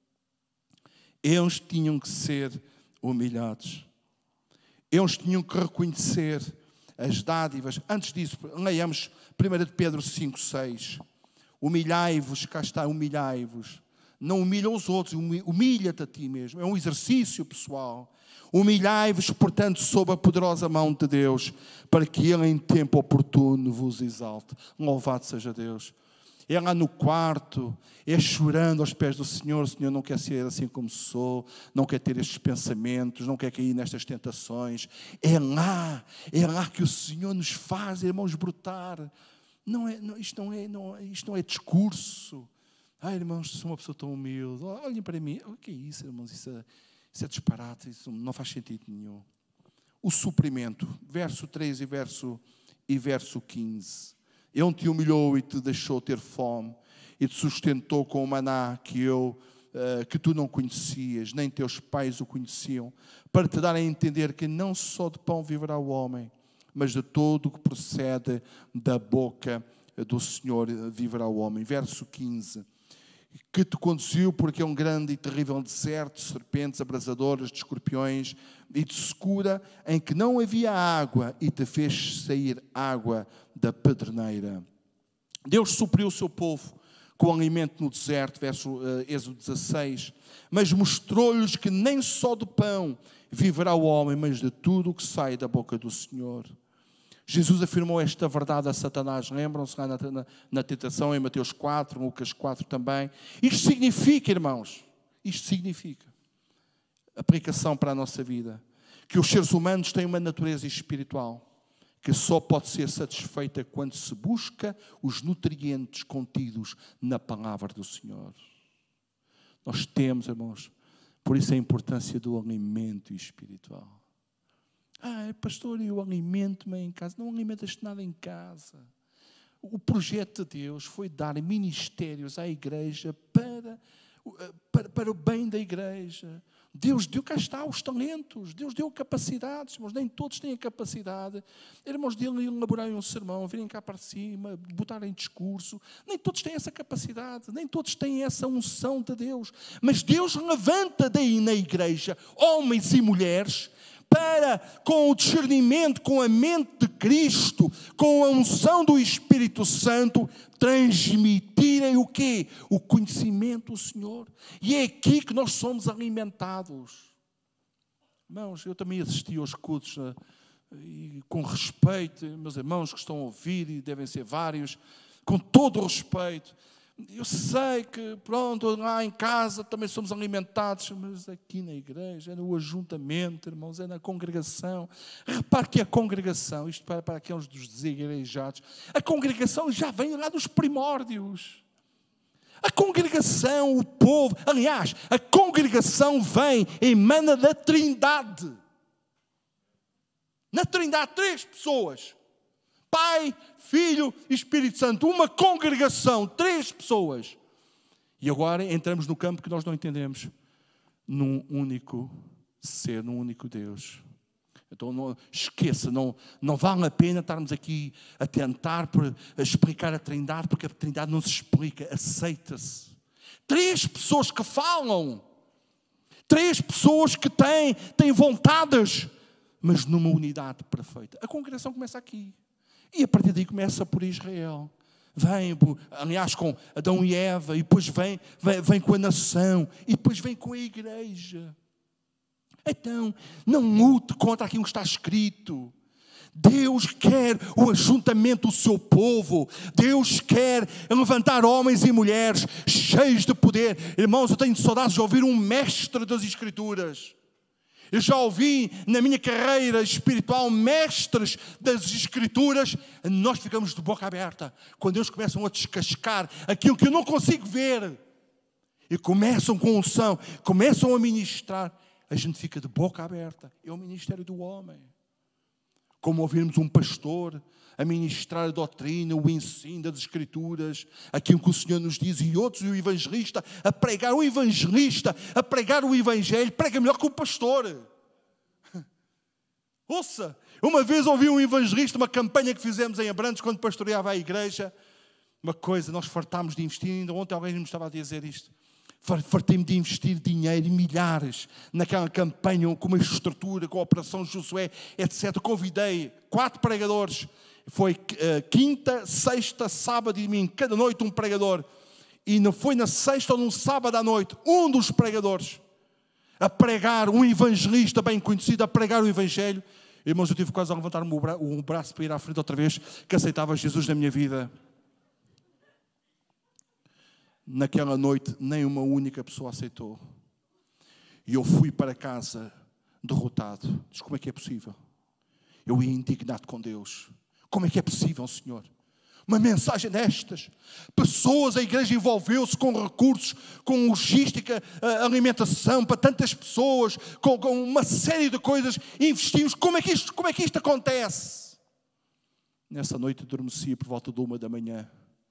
Eles tinham que ser humilhados. Eles tinham que reconhecer as dádivas. Antes disso, leiamos primeira de Pedro cinco, seis. Humilhai-vos, cá está, humilhai-vos. Não humilha os outros, humilha-te a ti mesmo. É um exercício pessoal. Humilhai-vos, portanto, sob a poderosa mão de Deus, para que Ele em tempo oportuno vos exalte. Louvado seja Deus. É lá no quarto, é chorando aos pés do Senhor. O Senhor não quer ser assim como sou, não quer ter estes pensamentos, não quer cair nestas tentações. É lá, é lá que o Senhor nos faz, irmãos, brotar. Não é, não, isto, não é, não, isto não é discurso. Ai, irmãos, sou uma pessoa tão humilde. Olhem para mim. O que é isso, irmãos? Isso é, isso é disparate. Isso não faz sentido nenhum. O suprimento. Verso três e verso, e verso quinze. Ele te humilhou e te deixou ter fome. E te sustentou com o maná que, eu, uh, que tu não conhecias, nem teus pais o conheciam. Para te dar a entender que não só de pão viverá o homem, mas de todo o que procede da boca do Senhor viverá o homem. Verso quinze. Que te conduziu por aquele grande e terrível deserto, de serpentes abrasadoras, de escorpiões e de secura, em que não havia água, e te fez sair água da pedreneira. Deus supriu o seu povo com alimento no deserto, verso uh, Êxodo dezasseis, mas mostrou-lhes que nem só de pão viverá o homem, mas de tudo o que sai da boca do Senhor. Jesus afirmou esta verdade a Satanás, lembram-se lá na, na, na tentação em Mateus quatro, Lucas quatro também. Isto significa, irmãos, isto significa, aplicação para a nossa vida, que os seres humanos têm uma natureza espiritual que só pode ser satisfeita quando se busca os nutrientes contidos na palavra do Senhor. Nós temos, irmãos, por isso a importância do alimento espiritual. Ah, pastor, eu alimento-me em casa. Não alimentas-te nada em casa. O projeto de Deus foi dar ministérios à igreja para, para, para o bem da igreja. Deus deu, cá está, os talentos. Deus deu capacidades, mas nem todos têm a capacidade. Irmãos, de elaborarem um sermão, virem cá para cima, botarem discurso. Nem todos têm essa capacidade, nem todos têm essa unção de Deus. Mas Deus levanta daí na igreja homens e mulheres para, com o discernimento, com a mente de Cristo, com a unção do Espírito Santo, transmitirem o quê? O conhecimento do Senhor. E é aqui que nós somos alimentados. Irmãos, eu também assisti aos cultos, e com respeito, meus irmãos que estão a ouvir, e devem ser vários, com todo o respeito. Eu sei que, pronto, lá em casa também somos alimentados, mas aqui na igreja, é no ajuntamento, irmãos, é na congregação. Repare que a congregação, isto para, para aqueles dos desigrejados, a congregação já vem lá dos primórdios. A congregação, o povo, aliás, a congregação vem, emana da Trindade. Na Trindade, três pessoas. Pai, Filho e Espírito Santo. Uma congregação, três pessoas. E agora entramos no campo que nós não entendemos. Num único ser, num único Deus. Então não, esqueça, não, não vale a pena estarmos aqui a tentar por, a explicar a Trindade, porque a Trindade não se explica, aceita-se. Três pessoas que falam, três pessoas que têm, têm vontades, mas numa unidade perfeita. A congregação começa aqui. E a partir daí começa por Israel. Vem, aliás, com Adão e Eva, e depois vem, vem, vem com a nação, e depois vem com a igreja. Então, não lute contra aquilo que está escrito. Deus quer o ajuntamento do seu povo. Deus quer levantar homens e mulheres cheios de poder. Irmãos, eu tenho saudades de ouvir um mestre das Escrituras. Eu já ouvi na minha carreira espiritual mestres das Escrituras. Nós ficamos de boca aberta quando eles começam a descascar aquilo que eu não consigo ver. E começam com unção, começam a ministrar. A gente fica de boca aberta. É o ministério do homem. Como ouvirmos um pastor a ministrar a doutrina, o ensino das Escrituras, aquilo que o Senhor nos diz, e outros, e o evangelista a pregar, o evangelista a pregar o evangelho, prega melhor que o pastor. Ouça, uma vez ouvi um evangelista, uma campanha que fizemos em Abrantes, quando pastoreava a igreja, uma coisa, nós fartámos de investir, ainda ontem alguém me estava a dizer isto, fartei-me de investir dinheiro, milhares, naquela campanha, com uma estrutura, com a Operação Josué, etcétera. Convidei quatro pregadores, foi uh, quinta, sexta, sábado e domingo, cada noite um pregador. E não foi na sexta ou no sábado à noite, um dos pregadores, a pregar, um evangelista bem conhecido, a pregar o evangelho. Irmãos, eu tive quase a levantar-me o, bra o braço para ir à frente outra vez, que aceitava Jesus na minha vida. Naquela noite, nem uma única pessoa aceitou. E eu fui para casa derrotado. Diz, como é que é possível? Eu ia indignado com Deus. Como é que é possível, Senhor? Uma mensagem destas. Pessoas, a igreja envolveu-se com recursos, com logística, alimentação para tantas pessoas, com, com uma série de coisas. Investimos. Como é que isto, como é que isto acontece? Nessa noite adormeci por volta de uma da manhã.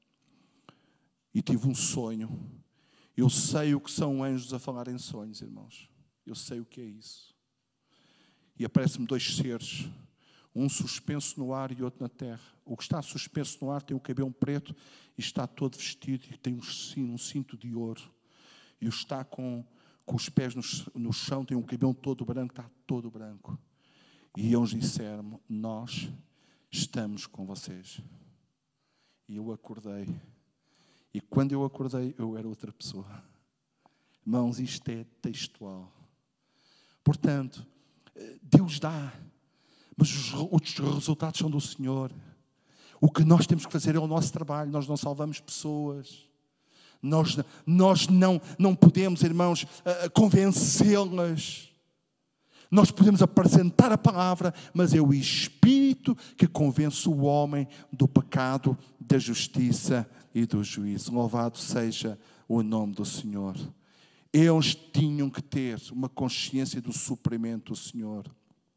E tive um sonho. Eu sei o que são anjos a falar em sonhos, irmãos. Eu sei o que é isso. E aparecem-me dois seres. Um suspenso no ar e outro na terra. O que está suspenso no ar tem o cabelo preto e está todo vestido e tem um cinto de ouro. E o que está com, com os pés no, no chão tem um cabelo todo branco, está todo branco. E eles disseram-me, nós estamos com vocês. E eu acordei. E quando eu acordei, eu era outra pessoa. Irmãos, isto é textual. Portanto, Deus dá, mas os, os resultados são do Senhor. O que nós temos que fazer é o nosso trabalho. Nós não salvamos pessoas. Nós, nós não, não podemos, irmãos, convencê-las. Nós podemos apresentar a palavra, mas é o Espírito que convence o homem do pecado, da justiça e do juízo. Louvado seja o nome do Senhor. Eles tinham que ter uma consciência do suprimento do Senhor.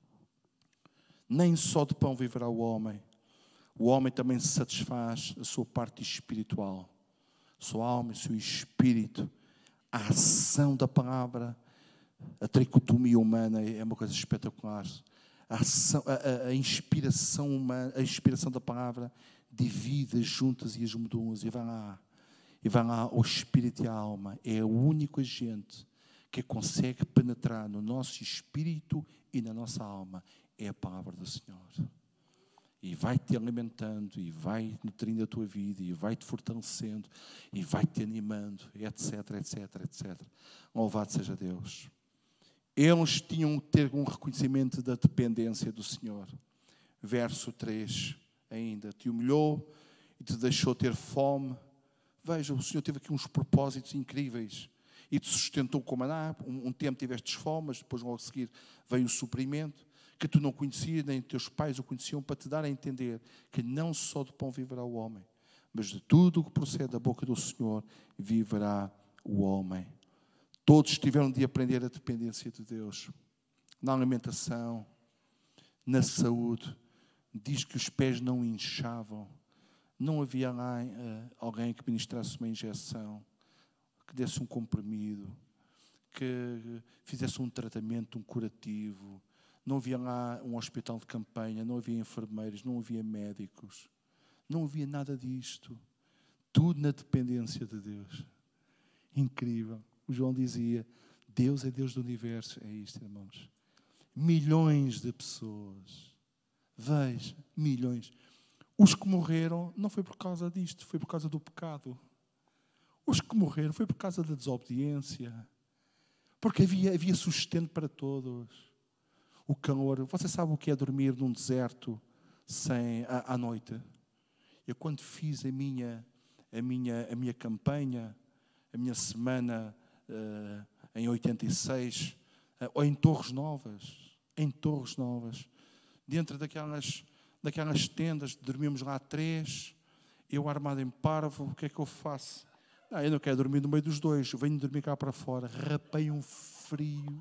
Nem só de pão viverá o homem. O homem também se satisfaz a sua parte espiritual. A sua alma e o seu espírito. A ação da palavra. A tricotomia humana é uma coisa espetacular. A, ação, a, a, a inspiração humana, a inspiração da palavra divide as juntas e as medulas e vai lá. E vai lá o espírito e a alma. É o único agente que consegue penetrar no nosso espírito e na nossa alma. É a palavra do Senhor. E vai-te alimentando, e vai nutrindo a tua vida, e vai-te fortalecendo, e vai-te animando, etc, etc, etcétera. Louvado seja Deus. Eles tinham que ter um reconhecimento da dependência do Senhor. Verso três ainda. Te humilhou e te deixou ter fome. Veja, o Senhor teve aqui uns propósitos incríveis. E te sustentou com maná. Um, um tempo tiveste fome, mas depois logo a seguir veio o suprimento. Que tu não conhecias, nem teus pais o conheciam, para te dar a entender que não só de pão viverá o homem, mas de tudo o que procede da boca do Senhor viverá o homem. Todos tiveram de aprender a dependência de Deus. Na alimentação, na saúde, diz que os pés não inchavam. Não havia lá uh, alguém que ministrasse uma injeção, que desse um comprimido, que fizesse um tratamento, um curativo. Não havia lá um hospital de campanha, não havia enfermeiros, não havia médicos. Não havia nada disto. Tudo na dependência de Deus. Incrível. O João dizia, Deus é Deus do universo. É isto, irmãos. Milhões de pessoas. Veja, milhões. Os que morreram não foi por causa disto, foi por causa do pecado. Os que morreram foi por causa da desobediência. Porque havia, havia sustento para todos. O calor. Você sabe o que é dormir num deserto sem, à, à noite? Eu quando fiz a minha, a minha, a minha campanha, a minha semana uh, em oitenta e seis, uh, ou em Torres Novas, em Torres Novas, dentro daquelas, daquelas tendas, dormimos lá três, eu armado em parvo, o que é que eu faço? Ah, eu não quero dormir no meio dos dois, venho dormir cá para fora, rapei um frio,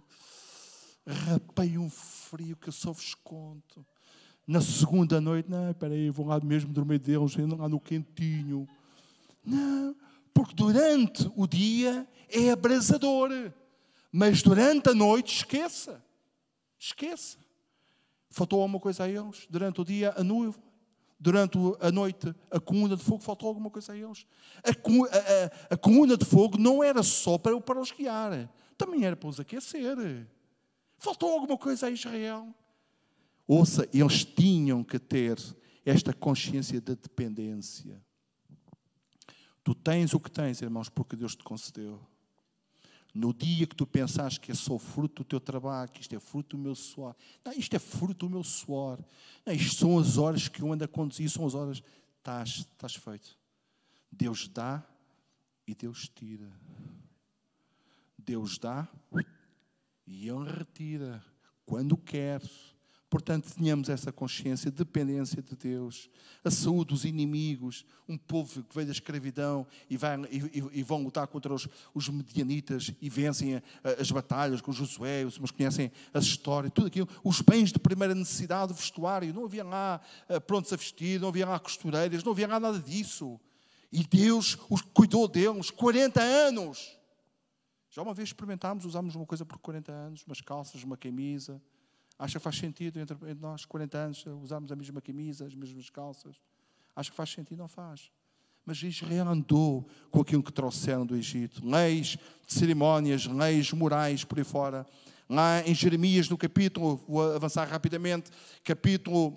rapei um frio que eu só vos conto. Na segunda noite, não, espera aí, vou lá mesmo dormir deles, lá no quentinho. Não, porque durante o dia é abrasador, mas durante a noite, esqueça, esqueça. Faltou alguma coisa a eles? Durante o dia, a nuvem. Durante a noite, a coluna de fogo, faltou alguma coisa a eles? A, a, a, a coluna de fogo não era só para, para os guiar, também era para os aquecer. Faltou alguma coisa a Israel? Ouça, eles tinham que ter esta consciência da dependência. Tu tens o que tens, irmãos, porque Deus te concedeu. No dia que tu pensares que é só fruto do teu trabalho, que isto é fruto do meu suor, não, isto é fruto do meu suor, não, isto são as horas que eu ando a conduzir, são as horas, estás, estás feito. Deus dá e Deus tira. Deus dá e Ele retira quando quer. Portanto, tenhamos essa consciência, dependência de Deus, a saúde dos inimigos, um povo que veio da escravidão e, vai, e, e vão lutar contra os, os medianitas e vencem a, a, as batalhas com Josué, os irmãos conhecem as histórias, tudo aquilo, os bens de primeira necessidade, o vestuário, não havia lá uh, prontos a vestir, não havia lá costureiras, não havia lá nada disso. E Deus os cuidou deles quarenta anos. Já uma vez experimentámos, usámos uma coisa por quarenta anos, umas calças, uma camisa. Acha que faz sentido entre, entre nós, quarenta anos, usarmos a mesma camisa, as mesmas calças? Acha que faz sentido? Não faz. Mas Israel andou com aquilo que trouxeram do Egito. Leis de cerimónias, leis morais por aí fora. Lá em Jeremias, no capítulo, vou avançar rapidamente, capítulo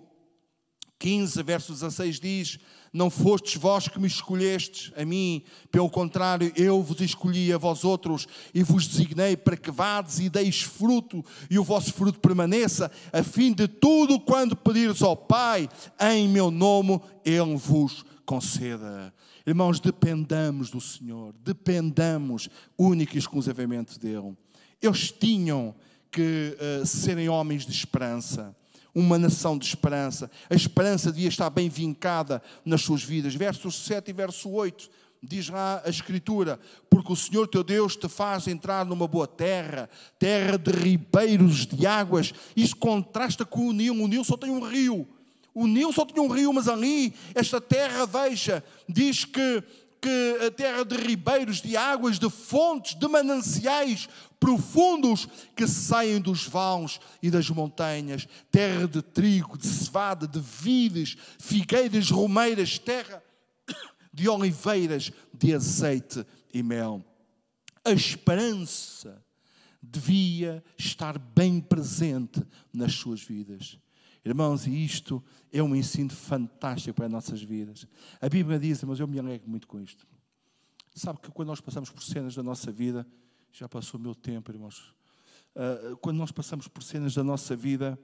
quinze, verso dezasseis diz: não fostes vós que me escolhestes a mim, pelo contrário, eu vos escolhi a vós outros e vos designei para que vades e deis fruto e o vosso fruto permaneça, a fim de tudo quando pedires ao Pai em meu nome, Ele vos conceda. Irmãos, dependamos do Senhor, dependamos única e exclusivamente dEle. Eles tinham que uh, serem homens de esperança. Uma nação de esperança. A esperança devia estar bem vincada nas suas vidas. Versos sete e verso oito, diz lá a Escritura: porque o Senhor teu Deus te faz entrar numa boa terra, terra de ribeiros de águas. Isto contrasta com o Nilo. O Nilo só tem um rio. O Nilo só tinha um rio, mas ali, esta terra, veja, diz que, que a terra de ribeiros de águas, de fontes, de mananciais profundos que saem dos vales e das montanhas, terra de trigo, de cevada, de vides, figueiras, romeiras, terra de oliveiras, de azeite e mel. A esperança devia estar bem presente nas suas vidas. Irmãos, e isto é um ensino fantástico para as nossas vidas. A Bíblia diz, mas eu me alegro muito com isto. Sabe que quando nós passamos por cenas da nossa vida, já passou o meu tempo, irmãos. Uh, quando nós passamos por cenas da nossa vida,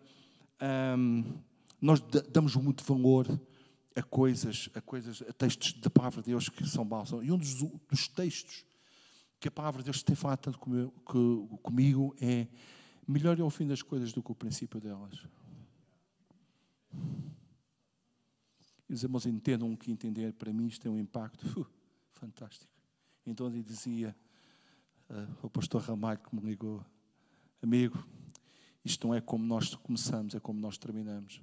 um, nós damos muito valor a coisas, a coisas, a textos da palavra de Deus que são bálsamos. E um dos, dos textos que a palavra de Deus tem falado tanto comigo, que, comigo é: melhor é o fim das coisas do que o princípio delas. E os irmãos entendam o que entender. Para mim isto tem um impacto uh, fantástico. Então ele dizia, uh, o pastor Ramalho que me ligou, amigo, isto não é como nós começamos, é como nós terminamos.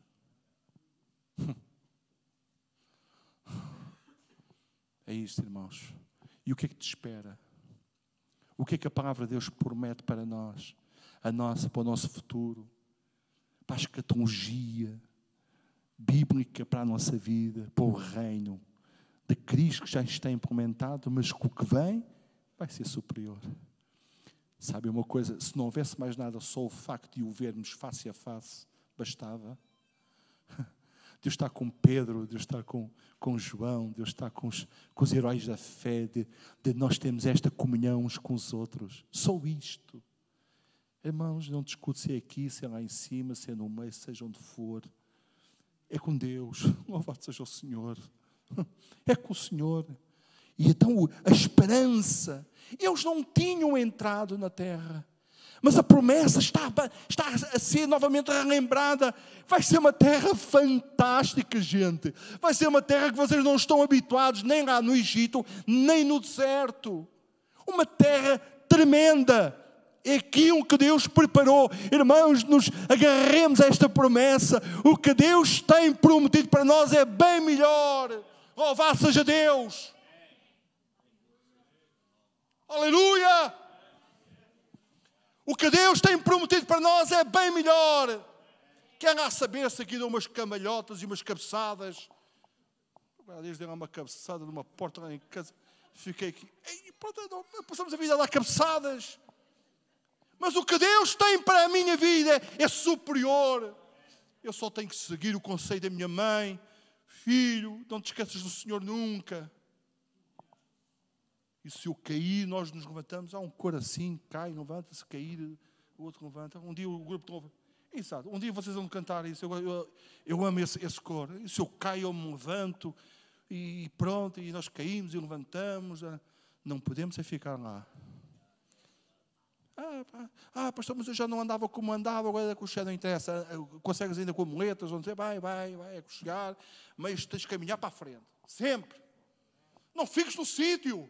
É isto, irmãos. E o que é que te espera? O que é que a palavra de Deus promete para nós? A nossa, para o nosso futuro? Para a escatologia bíblica para a nossa vida, para o reino de Cristo que já está implementado, mas que o que vem vai ser superior. Sabe uma coisa? Se não houvesse mais nada, só o facto de o vermos face a face bastava. Deus está com Pedro, Deus está com, com João, Deus está com os, com os heróis da fé, de, de nós termos esta comunhão uns com os outros. Só isto. Irmãos, não discute se é aqui, se é lá em cima, se é no meio, seja onde for. É com Deus. Louvado seja o Senhor. É com o Senhor. E então a esperança. Eles não tinham entrado na terra. Mas a promessa está, está a ser novamente relembrada. Vai ser uma terra fantástica, gente. Vai ser uma terra que vocês não estão habituados, nem lá no Egito, nem no deserto. Uma terra tremenda. É aquilo que Deus preparou. Irmãos, nos agarremos a esta promessa. O que Deus tem prometido para nós é bem melhor. Louvado seja Deus. Aleluia! O que Deus tem prometido para nós é bem melhor. Quer lá saber se aqui dão umas camalhotas e umas cabeçadas. Agora Deus deu uma cabeçada numa porta lá em casa. Fiquei aqui. Ei, pronto, passamos a vida a dar cabeçadas. Mas o que Deus tem para a minha vida é superior. Eu só tenho que seguir o conselho da minha mãe. Filho, não te esqueças do Senhor nunca. E se eu cair, nós nos levantamos. Há um cor assim, cai, levanta-se, cair, o outro levanta. Um dia o grupo não... Exato, um dia vocês vão cantar isso. Eu, eu, eu amo esse, esse cor. E se eu caio, eu me levanto. E pronto, e nós caímos e levantamos. Não podemos é ficar lá. Ah, pá, ah, pastor, mas eu já não andava como andava, agora com o cheiro não interessa. Consegues ainda com muletas, vão dizer, vai, vai, vai, é chegar, mas tens de caminhar para a frente. Sempre. Não fiques no sítio.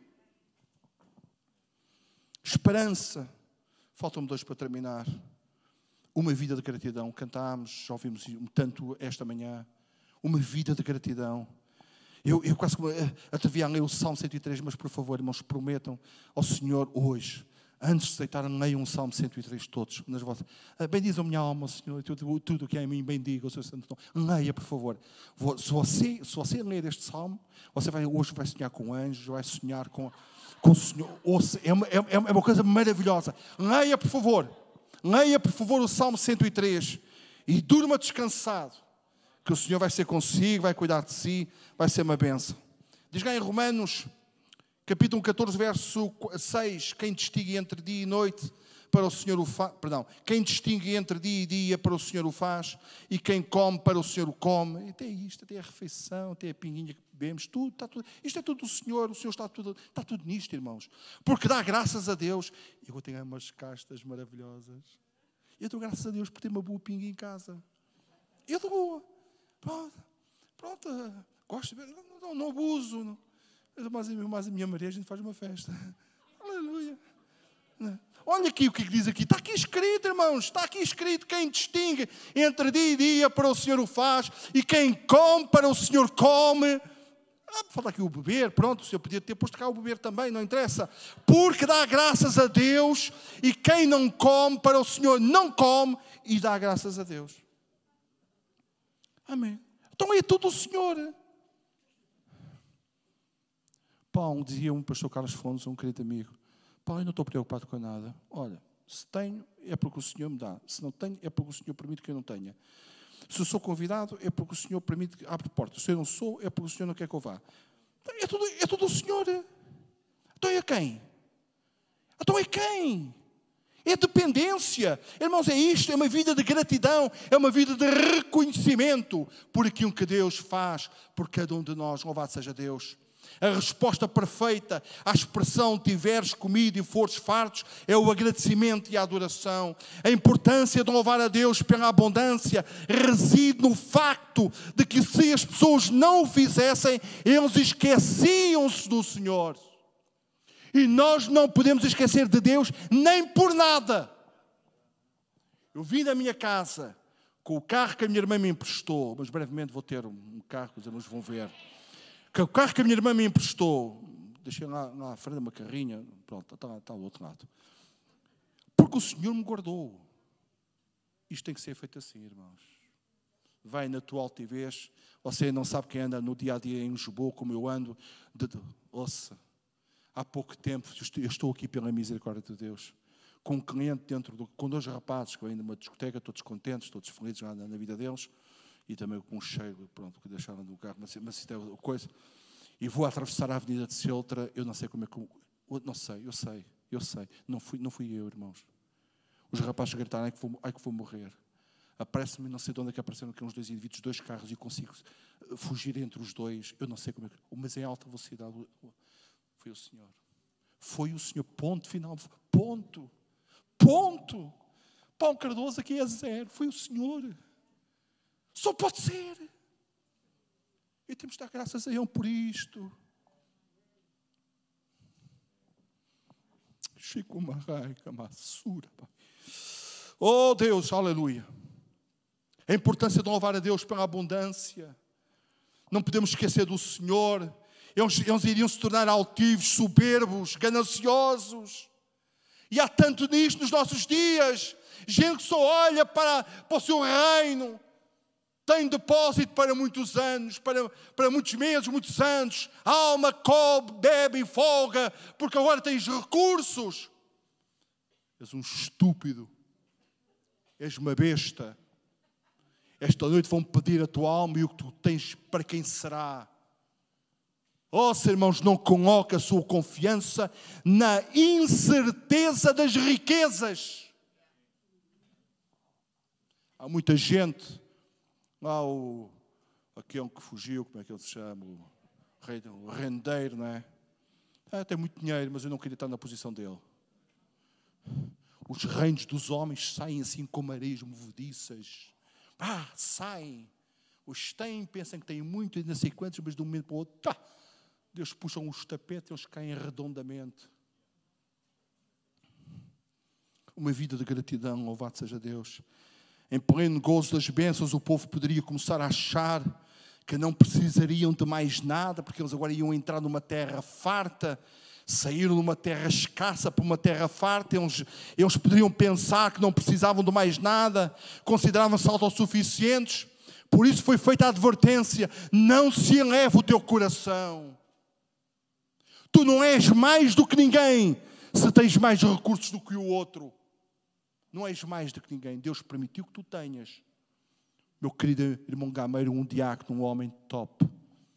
Esperança. Faltam-me dois para terminar. Uma vida de gratidão. Cantámos, já ouvimos tanto esta manhã. Uma vida de gratidão. Eu, eu quase atrevi a ler o Salmo cento e três, mas por favor, irmãos, prometam ao Senhor hoje, antes de aceitarem, leiam o Salmo cento e três todos. Nas vossas... Bendiz a minha alma, Senhor, tudo, tudo que é em mim, bendiga o seu santo nome. Leia, por favor. Se você, se você ler este Salmo, você vai, hoje vai sonhar com anjos, vai sonhar com, com o Senhor. Ouça, é, uma, é, é uma coisa maravilhosa. Leia, por favor. Leia, por favor, o Salmo cento e três. E durma descansado. Que o Senhor vai ser consigo, vai cuidar de si, vai ser uma bênção. Diz lá em Romanos... Capítulo catorze, verso seis. Quem distingue entre dia e noite, para o Senhor o faz. Perdão. Quem distingue entre dia e dia, para o Senhor o faz. E quem come, para o Senhor o come. E até isto, até a refeição, até a pinguinha que bebemos, tudo, está tudo. Isto é tudo do Senhor. O Senhor está tudo, está tudo nisto, irmãos. Porque dá graças a Deus. Eu tenho umas castas maravilhosas. Eu dou graças a Deus por ter uma boa pinga em casa. Eu dou. Pronto. Pronto. Gosto de ver. Não, não, não abuso. Não. Mas, mas a minha Maria, a gente faz uma festa. Aleluia. Olha aqui o que diz aqui. Está aqui escrito, irmãos. Está aqui escrito. Quem distingue entre dia e dia, para o Senhor o faz. E quem come, para o Senhor come. Ah, falta aqui o beber. Pronto, o Senhor podia ter posto cá o beber também. Não interessa. Porque dá graças a Deus. E quem não come, para o Senhor não come. E dá graças a Deus. Amém. Então é tudo o Senhor. Pão, dizia um pastor Carlos Fontes, um querido amigo, pão, eu não estou preocupado com nada. Olha, se tenho, é porque o Senhor me dá. Se não tenho, é porque o Senhor permite que eu não tenha. Se eu sou convidado, é porque o Senhor permite que abra portas. Se eu não sou, é porque o Senhor não quer que eu vá. É tudo, é tudo o Senhor. Então é quem? Então é quem? É dependência. Irmãos, é isto, é uma vida de gratidão, é uma vida de reconhecimento por aquilo que Deus faz por cada um de nós. Louvado seja Deus. A resposta perfeita à expressão tiveres comido e fores fartos é o agradecimento e a adoração. A importância de louvar a Deus pela abundância reside no facto de que se as pessoas não o fizessem, eles esqueciam-se do Senhor. E nós não podemos esquecer de Deus nem por nada. Eu vim da minha casa com o carro que a minha irmã me emprestou, mas brevemente vou ter um carro, os irmãos vão ver. O carro que a minha irmã me emprestou, deixei lá, lá à frente uma carrinha, pronto, está, está ao outro lado. Porque o Senhor me guardou. Isto tem que ser feito assim, irmãos. Vai na tua altivez, você não sabe quem anda no dia a dia em Lisboa, como eu ando. De, de, ouça, há pouco tempo, eu estou aqui pela misericórdia de Deus, com um cliente dentro, do, com dois rapazes que vêm de uma discoteca, todos contentes, todos felizes na, na vida deles. E também com um cheiro, pronto, que deixaram no carro, mas, mas isso é coisa. E vou atravessar a avenida de Sintra, eu não sei como é que... Eu, não sei, eu sei, eu sei. Não fui, não fui eu, irmãos. Os rapazes gritaram, ai que vou, ai que vou morrer. Aparece-me, não sei de onde é que apareceram aqui uns dois indivíduos, dois carros, e eu consigo fugir entre os dois. Eu não sei como é que... Mas em alta velocidade. Foi o Senhor. Foi o Senhor. Ponto final. Ponto. Ponto. Paulo Cardoso aqui é zero. Foi o Senhor. Só pode ser. E temos de dar graças a Ele por isto. Chico Marraica, Massura. Oh Deus, aleluia. A importância de louvar a Deus pela abundância. Não podemos esquecer do Senhor. Eles, eles iriam se tornar altivos, soberbos, gananciosos. E há tanto nisto nos nossos dias. Gente que só olha para, para o seu reino. Tem depósito para muitos anos, para, para muitos meses, muitos anos. Alma, cobre, bebe e folga, porque agora tens recursos. És um estúpido. És uma besta. Esta noite vão pedir a tua alma e o que tu tens para quem será. Oh, irmãos, não coloque a sua confiança na incerteza das riquezas. Há muita gente... Lá o, aquele que fugiu, como é que ele se chama? O, rei, o rendeiro, não é? Ah, tem muito dinheiro, mas eu não queria estar na posição dele. Os reinos dos homens saem assim como areias movediças. Ah, saem. Os têm, pensam que têm muito e não sei quantos, mas de um momento para o outro, tá, Deus puxa os tapetes e eles caem redondamente. Uma vida de gratidão, louvado seja Deus. Em pleno gozo das bênçãos, o povo poderia começar a achar que não precisariam de mais nada, porque eles agora iam entrar numa terra farta, saíram de uma terra escassa para uma terra farta. Eles, eles poderiam pensar que não precisavam de mais nada, consideravam-se autossuficientes. Por isso foi feita a advertência: não se eleve o teu coração. Tu não és mais do que ninguém se tens mais recursos do que o outro. Não és mais do que ninguém. Deus permitiu que tu tenhas. Meu querido irmão Gameiro, um diácono, um homem top.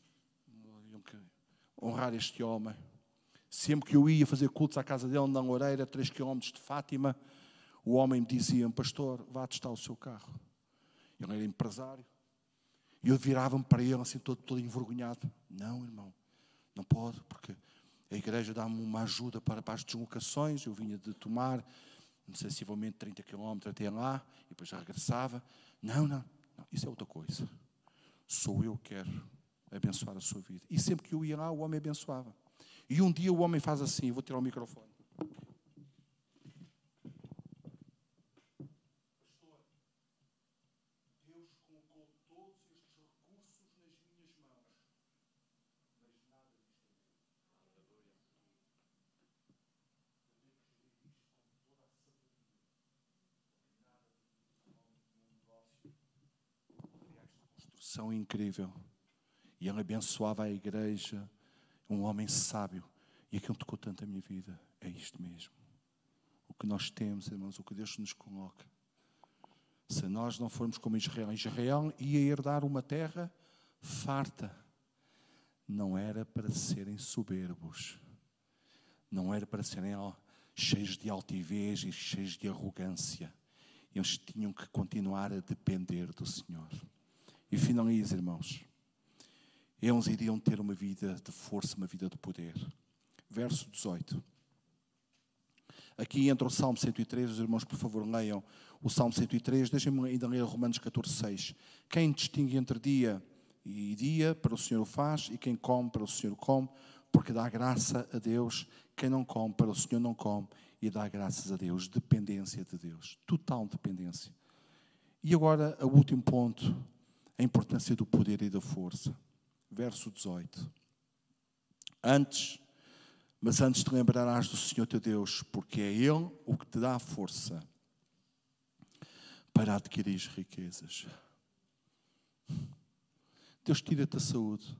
Honrar este homem. Sempre que eu ia fazer cultos à casa dele, na Loureira, três quilómetros de Fátima, o homem me dizia: pastor, vá testar o seu carro. Ele era empresário. E eu virava-me para ele assim, todo, todo envergonhado. Não, irmão, não pode, porque a igreja dá-me uma ajuda para, para as deslocações. Eu vinha de tomar sensivelmente trinta quilómetros até lá, e depois já regressava. Não, não, não, isso é outra coisa. Sou eu que quero abençoar a sua vida. E sempre que eu ia lá, o homem abençoava. E um dia o homem faz assim, eu vou tirar o microfone. Pastor, Deus colocou todos estes recursos nas minhas mãos, mas nada disto é meu. Aleluia. Construção incrível. E ele abençoava a igreja, um homem sábio. E aquilo tocou tanto a minha vida. É isto mesmo. O que nós temos, irmãos, o que Deus nos coloca. Se nós não formos como Israel, Israel ia herdar uma terra farta. Não era para serem soberbos. Não era para serem cheios de altivez e cheios de arrogância. Eles tinham que continuar a depender do Senhor. E finalizo, irmãos. eles iriam ter uma vida de força, uma vida de poder. Verso dezoito. Aqui entra o Salmo cento e três, os irmãos, por favor, leiam o Salmo cento e três. Deixem-me ainda ler Romanos catorze, seis. Quem distingue entre dia e dia, para o Senhor o faz, e quem come, para o Senhor come, porque dá graça a Deus. Quem não come, para o Senhor não come, e dá graças a Deus. Dependência de Deus, total dependência. E agora, o último ponto, a importância do poder e da força. Verso dezoito. Antes... Mas antes te lembrarás do Senhor teu Deus, porque é Ele o que te dá a força para adquirir riquezas. Deus tira-te a saúde.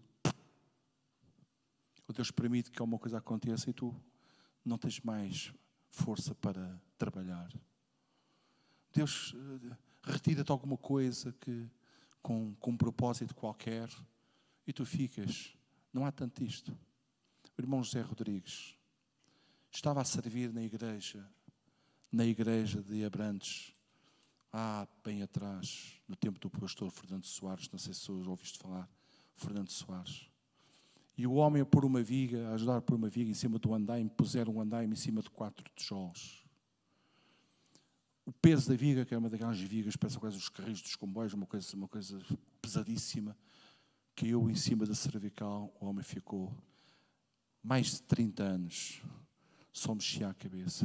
Ou Deus permite que alguma coisa aconteça e tu não tens mais força para trabalhar. Deus retira-te alguma coisa que, com, com um propósito qualquer e tu ficas. Não há tanto isto. O irmão José Rodrigues estava a servir na igreja, na igreja de Abrantes, há bem atrás, no tempo do pastor Fernando Soares, não sei se ouviste falar, Fernando Soares. E o homem a pôr uma viga, a ajudar a pôr uma viga em cima do andaime, puseram um andaime em cima de quatro tijolos. O peso da viga, que era uma daquelas vigas, parece quase os carris dos comboios, uma coisa, uma coisa pesadíssima, caiu em cima da cervical, o homem ficou mais de trinta anos, só mexia a cabeça.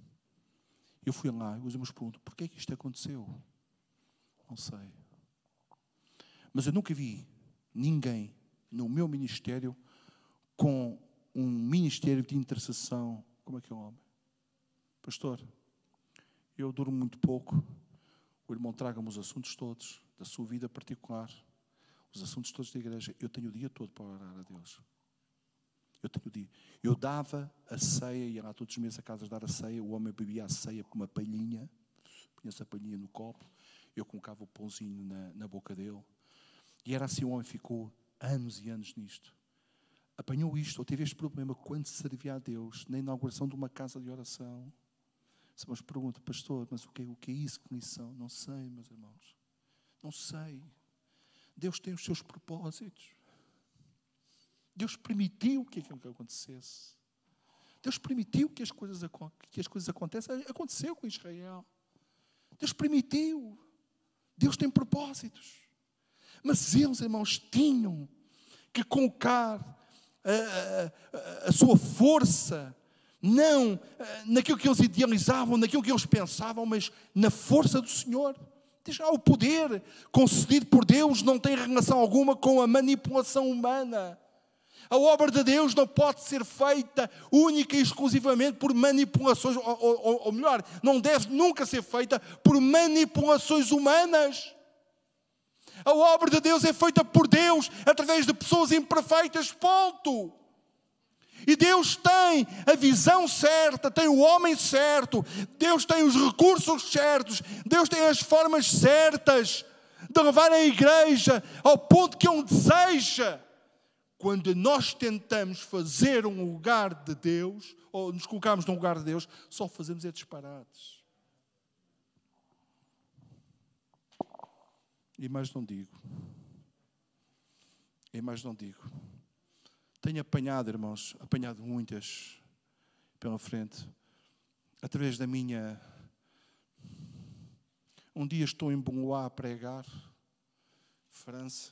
Eu fui lá e os irmãos perguntam, porquê é que isto aconteceu? Não sei. Mas eu nunca vi ninguém no meu ministério com um ministério de intercessão. Como é que é o homem? Pastor, eu durmo muito pouco. O irmão traga-me os assuntos todos da sua vida particular, os assuntos todos da igreja. Eu tenho o dia todo para orar a Deus. Eu tenho o dia. Eu dava a ceia, ia lá todos os meses a casa dar a ceia, o homem bebia a ceia com uma palhinha, punha-se a palhinha no copo, eu colocava o pãozinho na, na boca dele. E era assim, o homem ficou anos e anos nisto. Apanhou isto, ou teve este problema quando servia a Deus, na inauguração de uma casa de oração. Se nos pergunta, pastor, mas o que, o que é isso, que missão? Não sei, meus irmãos. Não sei. Deus tem os seus propósitos. Deus permitiu que aquilo acontecesse. Deus permitiu que as coisas, que as coisas acontecem. Aconteceu com Israel. Deus permitiu. Deus tem propósitos. Mas eles, irmãos, tinham que colocar a, a, a sua força, não naquilo que eles idealizavam, naquilo que eles pensavam, mas na força do Senhor. Diz, ah, o poder concedido por Deus não tem relação alguma com a manipulação humana. A obra de Deus não pode ser feita única e exclusivamente por manipulações, ou, ou, ou melhor, não deve nunca ser feita por manipulações humanas. A obra de Deus é feita por Deus através de pessoas imperfeitas, ponto. E Deus tem a visão certa, tem o homem certo, Deus tem os recursos certos, Deus tem as formas certas de levar a igreja ao ponto que Ele deseja. Quando nós tentamos fazer um lugar de Deus, ou nos colocamos num lugar de Deus, só fazemos é disparates. E mais não digo. E mais não digo. Tenho apanhado, irmãos, apanhado muitas pela frente, através da minha... Um dia estou em Benoit a pregar, França,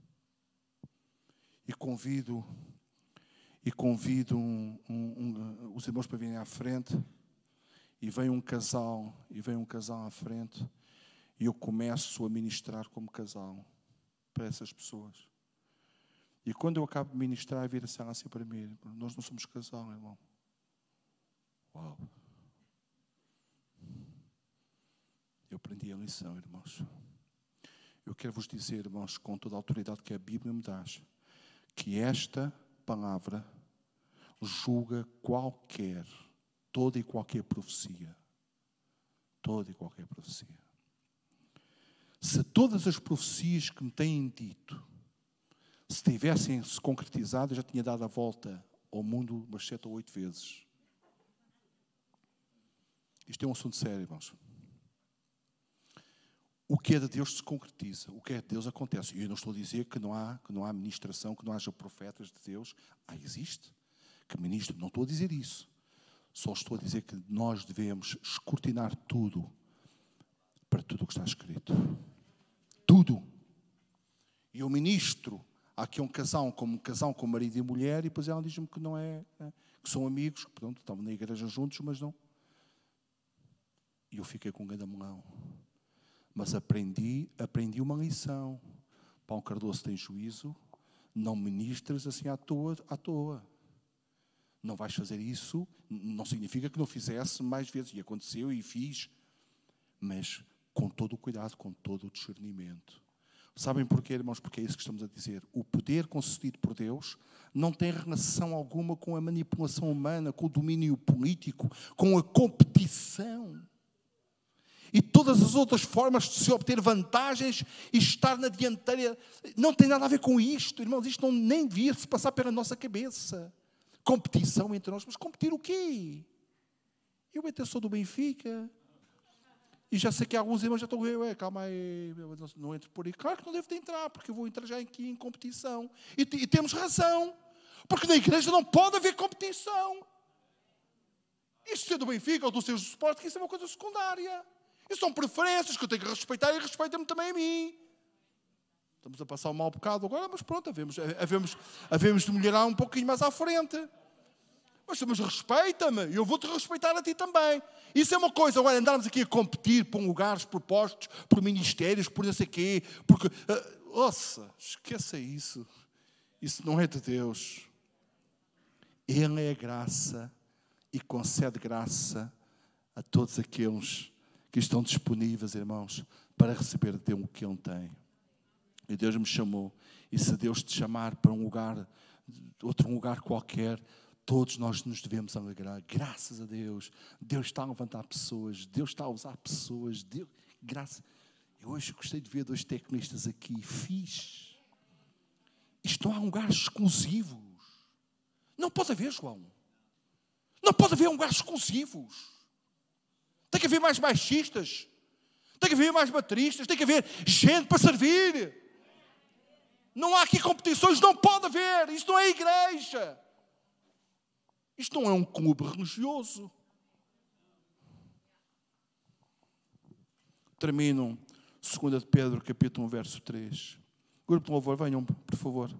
e convido, e convido um, um, um, os irmãos para virem à frente, e vem um casal, e vem um casal à frente, e eu começo a ministrar como casal para essas pessoas. E quando eu acabo de ministrar, vira-se ela assim para mim, nós não somos casal, irmão. Uau! Eu aprendi a lição, irmãos. Eu quero vos dizer, irmãos, com toda a autoridade que a Bíblia me dá, que esta palavra julga qualquer, toda e qualquer profecia. Toda e qualquer profecia. Se todas as profecias que me têm dito, se tivessem se concretizado, eu já tinha dado a volta ao mundo umas sete ou oito vezes. Isto é um assunto sério, irmãos. o que é de Deus se concretiza, o que é de Deus acontece. E eu não estou a dizer que não há, que não há ministração, que não haja profetas de Deus. Ah, existe. Que ministro, não estou a dizer isso. Só estou a dizer que nós devemos escrutinar tudo para tudo o que está escrito. Tudo. E eu ministro, há aqui um casal, como um casal com marido e mulher, e depois ela diz-me que não é, que são amigos, que pronto, estavam na igreja juntos, mas não. E eu fiquei com um grande melão. Mas aprendi, aprendi uma lição. Paulo Cardoso tem juízo, não ministres assim à toa, à toa. Não vais fazer isso, não significa que não fizesse mais vezes. E aconteceu e fiz. Mas com todo o cuidado, com todo o discernimento. Sabem porquê, irmãos? Porque é isso que estamos a dizer. O poder concedido por Deus não tem relação alguma com a manipulação humana, com o domínio político, com a competição. E todas as outras formas de se obter vantagens e estar na dianteira. Não tem nada a ver com isto, irmãos. Isto não, nem devia se passar pela nossa cabeça. Competição entre nós. Mas competir o quê? Eu até sou do Benfica. E já sei que alguns irmãos já estão... Ué, calma aí, não, não entro por aí. Claro que não devo de entrar, porque eu vou entrar já aqui em competição. E, e temos razão. Porque na igreja não pode haver competição. Isto ser do Benfica ou do seu suporte, que isso é uma coisa secundária. Isso são preferências que eu tenho que respeitar e respeita-me também a mim. Estamos a passar um mau bocado agora, mas pronto, havemos, havemos, havemos de melhorar um pouquinho mais à frente. Mas, mas respeita-me, eu vou-te respeitar a ti também. Isso é uma coisa, agora andarmos aqui a competir por lugares, por postos, por ministérios, por não sei o quê, porque, uh, ouça, esqueça isso. Isso não é de Deus. Ele é graça e concede graça a todos aqueles que estão disponíveis, irmãos, para receber de Deus o que Ele tem. E Deus me chamou. E se Deus te chamar para um lugar, outro lugar qualquer, todos nós nos devemos alegrar. Graças a Deus. Deus está a levantar pessoas. Deus está a usar pessoas. Deus, graças. Eu hoje gostei de ver dois tecnistas aqui. Fiz. Isto não há lugares exclusivos. Não pode haver, João. Não pode haver lugares exclusivos. Tem que haver mais baixistas. Tem que haver mais bateristas. Tem que haver gente para servir. Não há aqui competições. Não pode haver. Isto não é igreja. Isto não é um clube religioso. Termino. segunda de Pedro, capítulo um, verso três. Grupo de louvor, venham, por favor.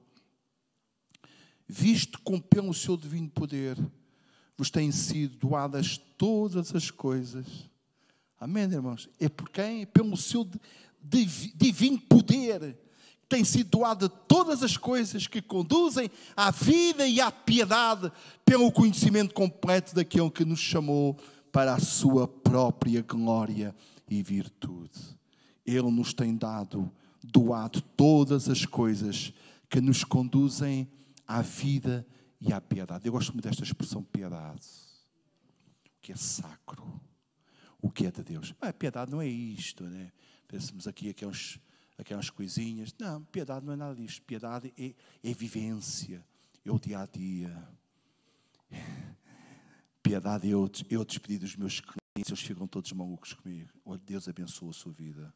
Visto como pelo seu divino poder vos têm sido doadas todas as coisas. Amém, irmãos? É por quem? Pelo seu divino poder têm sido doadas todas as coisas que conduzem à vida e à piedade pelo conhecimento completo daquele que nos chamou para a sua própria glória e virtude. Ele nos tem dado, doado todas as coisas que nos conduzem à vida e à piedade. Eu gosto muito desta expressão piedade. O que é sacro. O que é de Deus. Ah, piedade não é isto, né? Pensamos aqui aquelas, aquelas coisinhas. Não, piedade não é nada disto. Piedade é, é vivência. É o dia a dia. Piedade é eu, eu despedir dos meus clientes. Eles ficam todos malucos comigo. Olha, Deus abençoa a sua vida.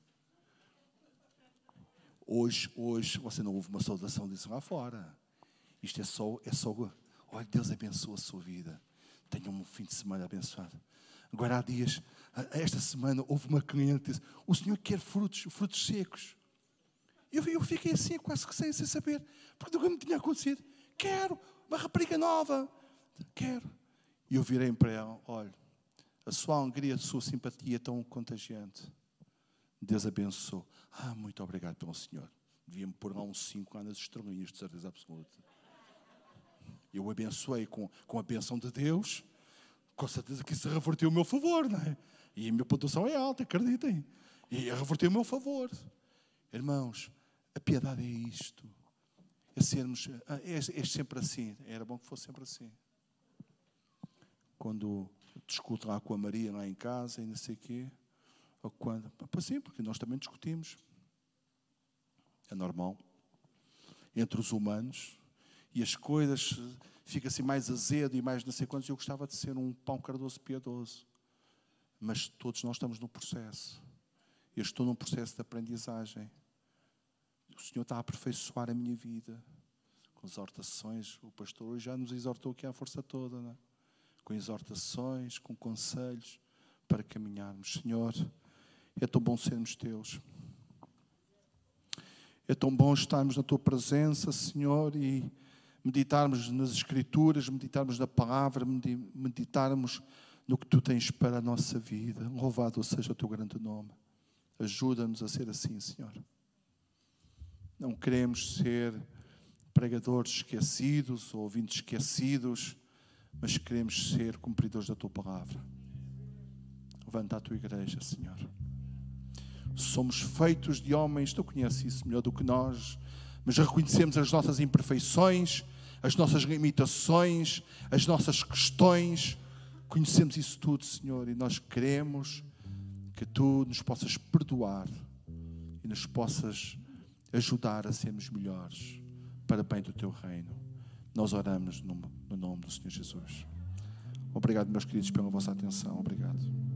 Hoje, hoje, você não ouve uma saudação disso lá fora. Isto é só, é só, olha, Deus abençoa a sua vida. Tenha um fim de semana abençoado. Agora há dias, esta semana, houve uma cliente que disse, o Senhor quer frutos, frutos secos. Eu, eu fiquei assim, quase que sem, sem saber, porque nunca me tinha acontecido. Quero, uma rapariga nova. Quero. E eu virei para ela, olha, a sua alegria, a sua simpatia é tão contagiante. Deus abençoe. Ah, muito obrigado pelo Senhor. Devia-me pôr lá uns cinco lá nas estrelinhas, de certeza absoluta. Eu abençoei com, com a bênção de Deus, com certeza que isso reverteu o meu favor, não é? E a minha pontuação é alta, acreditem. E reverteu o meu favor. Irmãos, a piedade é isto. É sermos, é, é sempre assim. Era bom que fosse sempre assim. Quando discuto lá com a Maria, lá em casa, e não sei o quê, ou quando, pois sim, porque nós também discutimos. É normal. Entre os humanos. E as coisas ficam assim mais azedo e mais não sei quantos. Eu gostava de ser um Paulo Cardoso piedoso. Mas todos nós estamos no processo. Eu estou num processo de aprendizagem. O Senhor está a aperfeiçoar a minha vida. Com exortações, o pastor hoje já nos exortou aqui à força toda, não é? Com exortações, com conselhos, para caminharmos. Senhor, é tão bom sermos teus. É tão bom estarmos na tua presença, Senhor, e meditarmos nas Escrituras, meditarmos na palavra, meditarmos no que tu tens para a nossa vida. Louvado seja o teu grande nome. Ajuda-nos a ser assim, Senhor. Não queremos ser pregadores esquecidos ou ouvintes esquecidos, mas queremos ser cumpridores da tua palavra. Levanta a tua igreja, Senhor. Somos feitos de homens, tu conheces isso melhor do que nós, mas reconhecemos as nossas imperfeições, as nossas limitações, as nossas questões. Conhecemos isso tudo, Senhor, e nós queremos que tu nos possas perdoar e nos possas ajudar a sermos melhores para bem do teu reino. Nós oramos no nome do Senhor Jesus. Obrigado, meus queridos, pela vossa atenção. Obrigado.